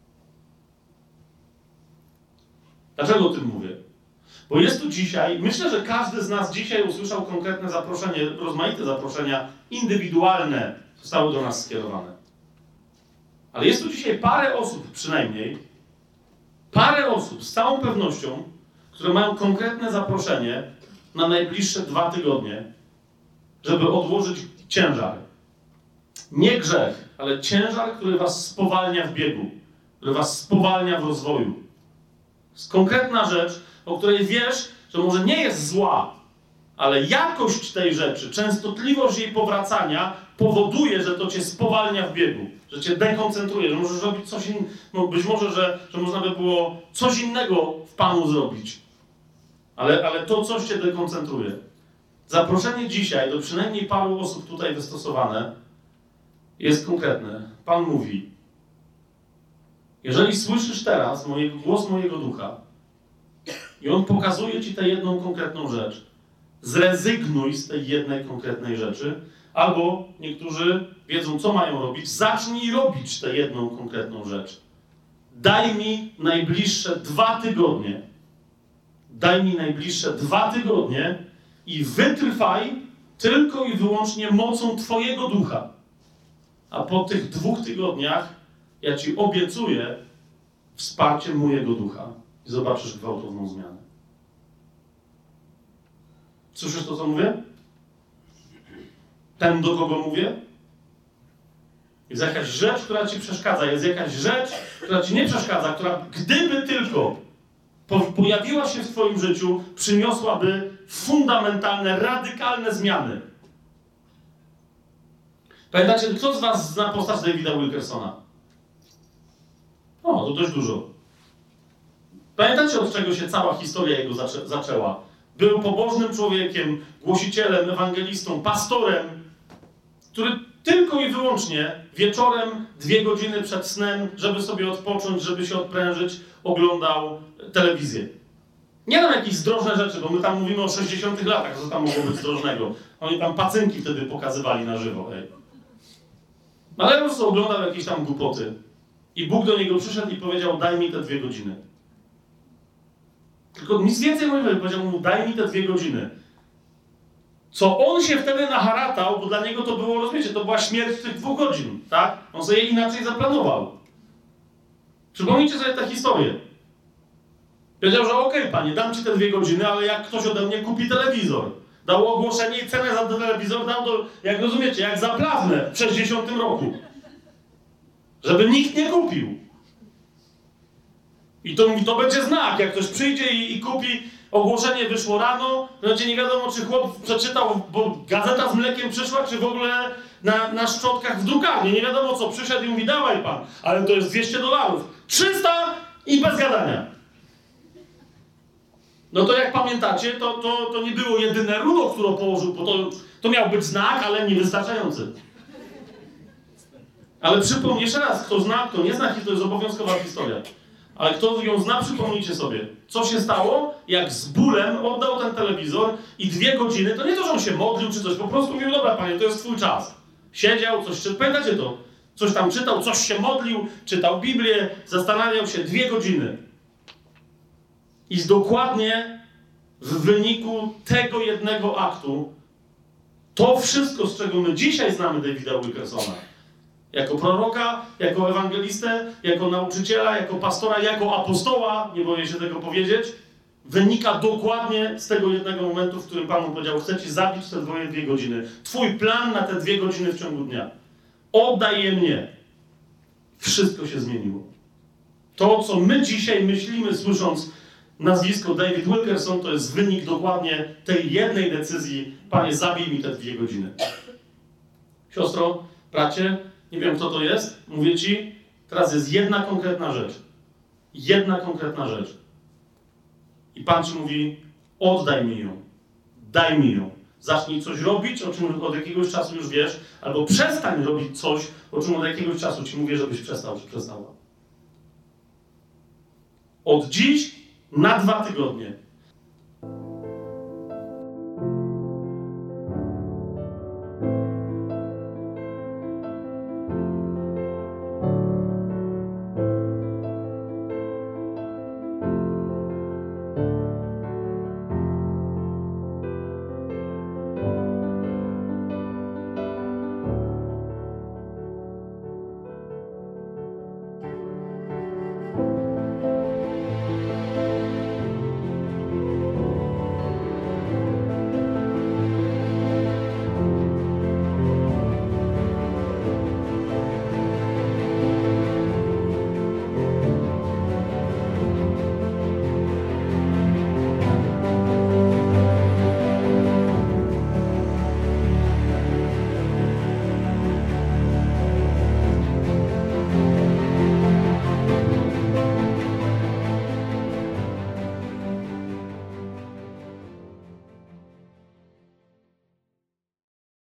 Speaker 1: Dlaczego o tym mówię? Bo jest tu dzisiaj, myślę, że każdy z nas dzisiaj usłyszał konkretne zaproszenie, rozmaite zaproszenia indywidualne zostały do nas skierowane. Ale jest tu dzisiaj parę osób przynajmniej, parę osób z całą pewnością, które mają konkretne zaproszenie na najbliższe dwa tygodnie, żeby odłożyć ciężar. Nie grzech, ale ciężar, który was spowalnia w biegu, który was spowalnia w rozwoju. Jest konkretna rzecz, o której wiesz, że może nie jest zła, ale jakość tej rzeczy, częstotliwość jej powracania powoduje, że to cię spowalnia w biegu, że cię dekoncentruje, że możesz robić coś innego, no być może, że, że można by było coś innego w Panu zrobić, ale, ale to coś cię dekoncentruje. Zaproszenie dzisiaj do przynajmniej paru osób tutaj wystosowane jest konkretne. Pan mówi: jeżeli słyszysz teraz mojego, głos mojego ducha i on pokazuje ci tę jedną konkretną rzecz, zrezygnuj z tej jednej konkretnej rzeczy, albo niektórzy wiedzą, co mają robić, zacznij robić tę jedną konkretną rzecz. Daj mi najbliższe dwa tygodnie. Daj mi najbliższe dwa tygodnie i wytrwaj tylko i wyłącznie mocą Twojego ducha. A po tych dwóch tygodniach ja Ci obiecuję wsparcie mojego ducha i zobaczysz gwałtowną zmianę. Słyszysz to, co mówię? Ten, do kogo mówię? Jest jakaś rzecz, która Ci przeszkadza. Jest jakaś rzecz, która Ci nie przeszkadza, która gdyby tylko pojawiła się w Twoim życiu, przyniosłaby fundamentalne, radykalne zmiany. Pamiętacie, kto z was zna postać Davida Wilkersona? O, to dość dużo. Pamiętacie, od czego się cała historia jego zaczę- zaczęła? Był pobożnym człowiekiem, głosicielem, ewangelistą, pastorem, który tylko i wyłącznie wieczorem, dwie godziny przed snem, żeby sobie odpocząć, żeby się odprężyć, oglądał telewizję. Nie tam jakieś zdrożne rzeczy, bo my tam mówimy o sześćdziesiątych latach, co tam mogło być zdrożnego. Oni tam pacynki wtedy pokazywali na żywo. Ej. Ale po prostu oglądał jakieś tam głupoty. I Bóg do niego przyszedł i powiedział: daj mi te dwie godziny. Tylko nic więcej mówił, powiedział mu: daj mi te dwie godziny. co on się wtedy naharatał, bo dla niego to było, rozumiecie, to była śmierć tych dwóch godzin, tak? On sobie inaczej zaplanował. Przypomnijcie sobie tę historię. Powiedział, że okej, okay, panie, dam ci te dwie godziny, ale jak ktoś ode mnie kupi telewizor. Dał ogłoszenie i cenę za telewizor dał do, jak rozumiecie, jak zaprawne w sześćdziesiątym roku. Żeby nikt nie kupił. I to mówi, to będzie znak, jak ktoś przyjdzie i, i kupi, ogłoszenie wyszło rano, to będzie nie wiadomo, czy chłop przeczytał, bo gazeta z mlekiem przyszła, czy w ogóle na, na szczotkach w drukarni. Nie wiadomo co, przyszedł i mówi, dawaj pan, ale to jest dwieście dolarów. trzysta i bez gadania. No to jak pamiętacie, to, to, to nie było jedyne runo, które położył, bo to, to miał być znak, ale niewystarczający. Ale przypomnę jeszcze raz, kto zna, kto nie zna, to jest obowiązkowa historia. Ale kto ją zna, przypomnijcie sobie, co się stało, jak z bólem oddał ten telewizor i dwie godziny, to nie to, że on się modlił czy coś, po prostu mówił, dobra panie, to jest twój czas. Siedział, coś czytał, pamiętacie to? Coś tam czytał, coś się modlił, czytał Biblię, zastanawiał się dwie godziny. I dokładnie w wyniku tego jednego aktu to wszystko, z czego my dzisiaj znamy Davida Wilkersona, jako proroka, jako ewangelistę, jako nauczyciela, jako pastora, jako apostoła, nie boję się tego powiedzieć, wynika dokładnie z tego jednego momentu, w którym Pan mu powiedział, chcę ci zabić te dwoje dwie godziny. Twój plan na te dwie godziny w ciągu dnia. Oddaj je mnie. Wszystko się zmieniło. To, co my dzisiaj myślimy, słysząc nazwisko David Wilkerson, to jest wynik dokładnie tej jednej decyzji. Panie, zabij mi te dwie godziny. Siostro, bracie, nie wiem, kto to jest. Mówię ci, teraz jest jedna konkretna rzecz. Jedna konkretna rzecz. I Pan ci mówi, oddaj mi ją. Daj mi ją. Zacznij coś robić, o czym od jakiegoś czasu już wiesz, albo przestań robić coś, o czym od jakiegoś czasu ci mówię, żebyś przestał, czy przestała. Od dziś na dwa tygodnie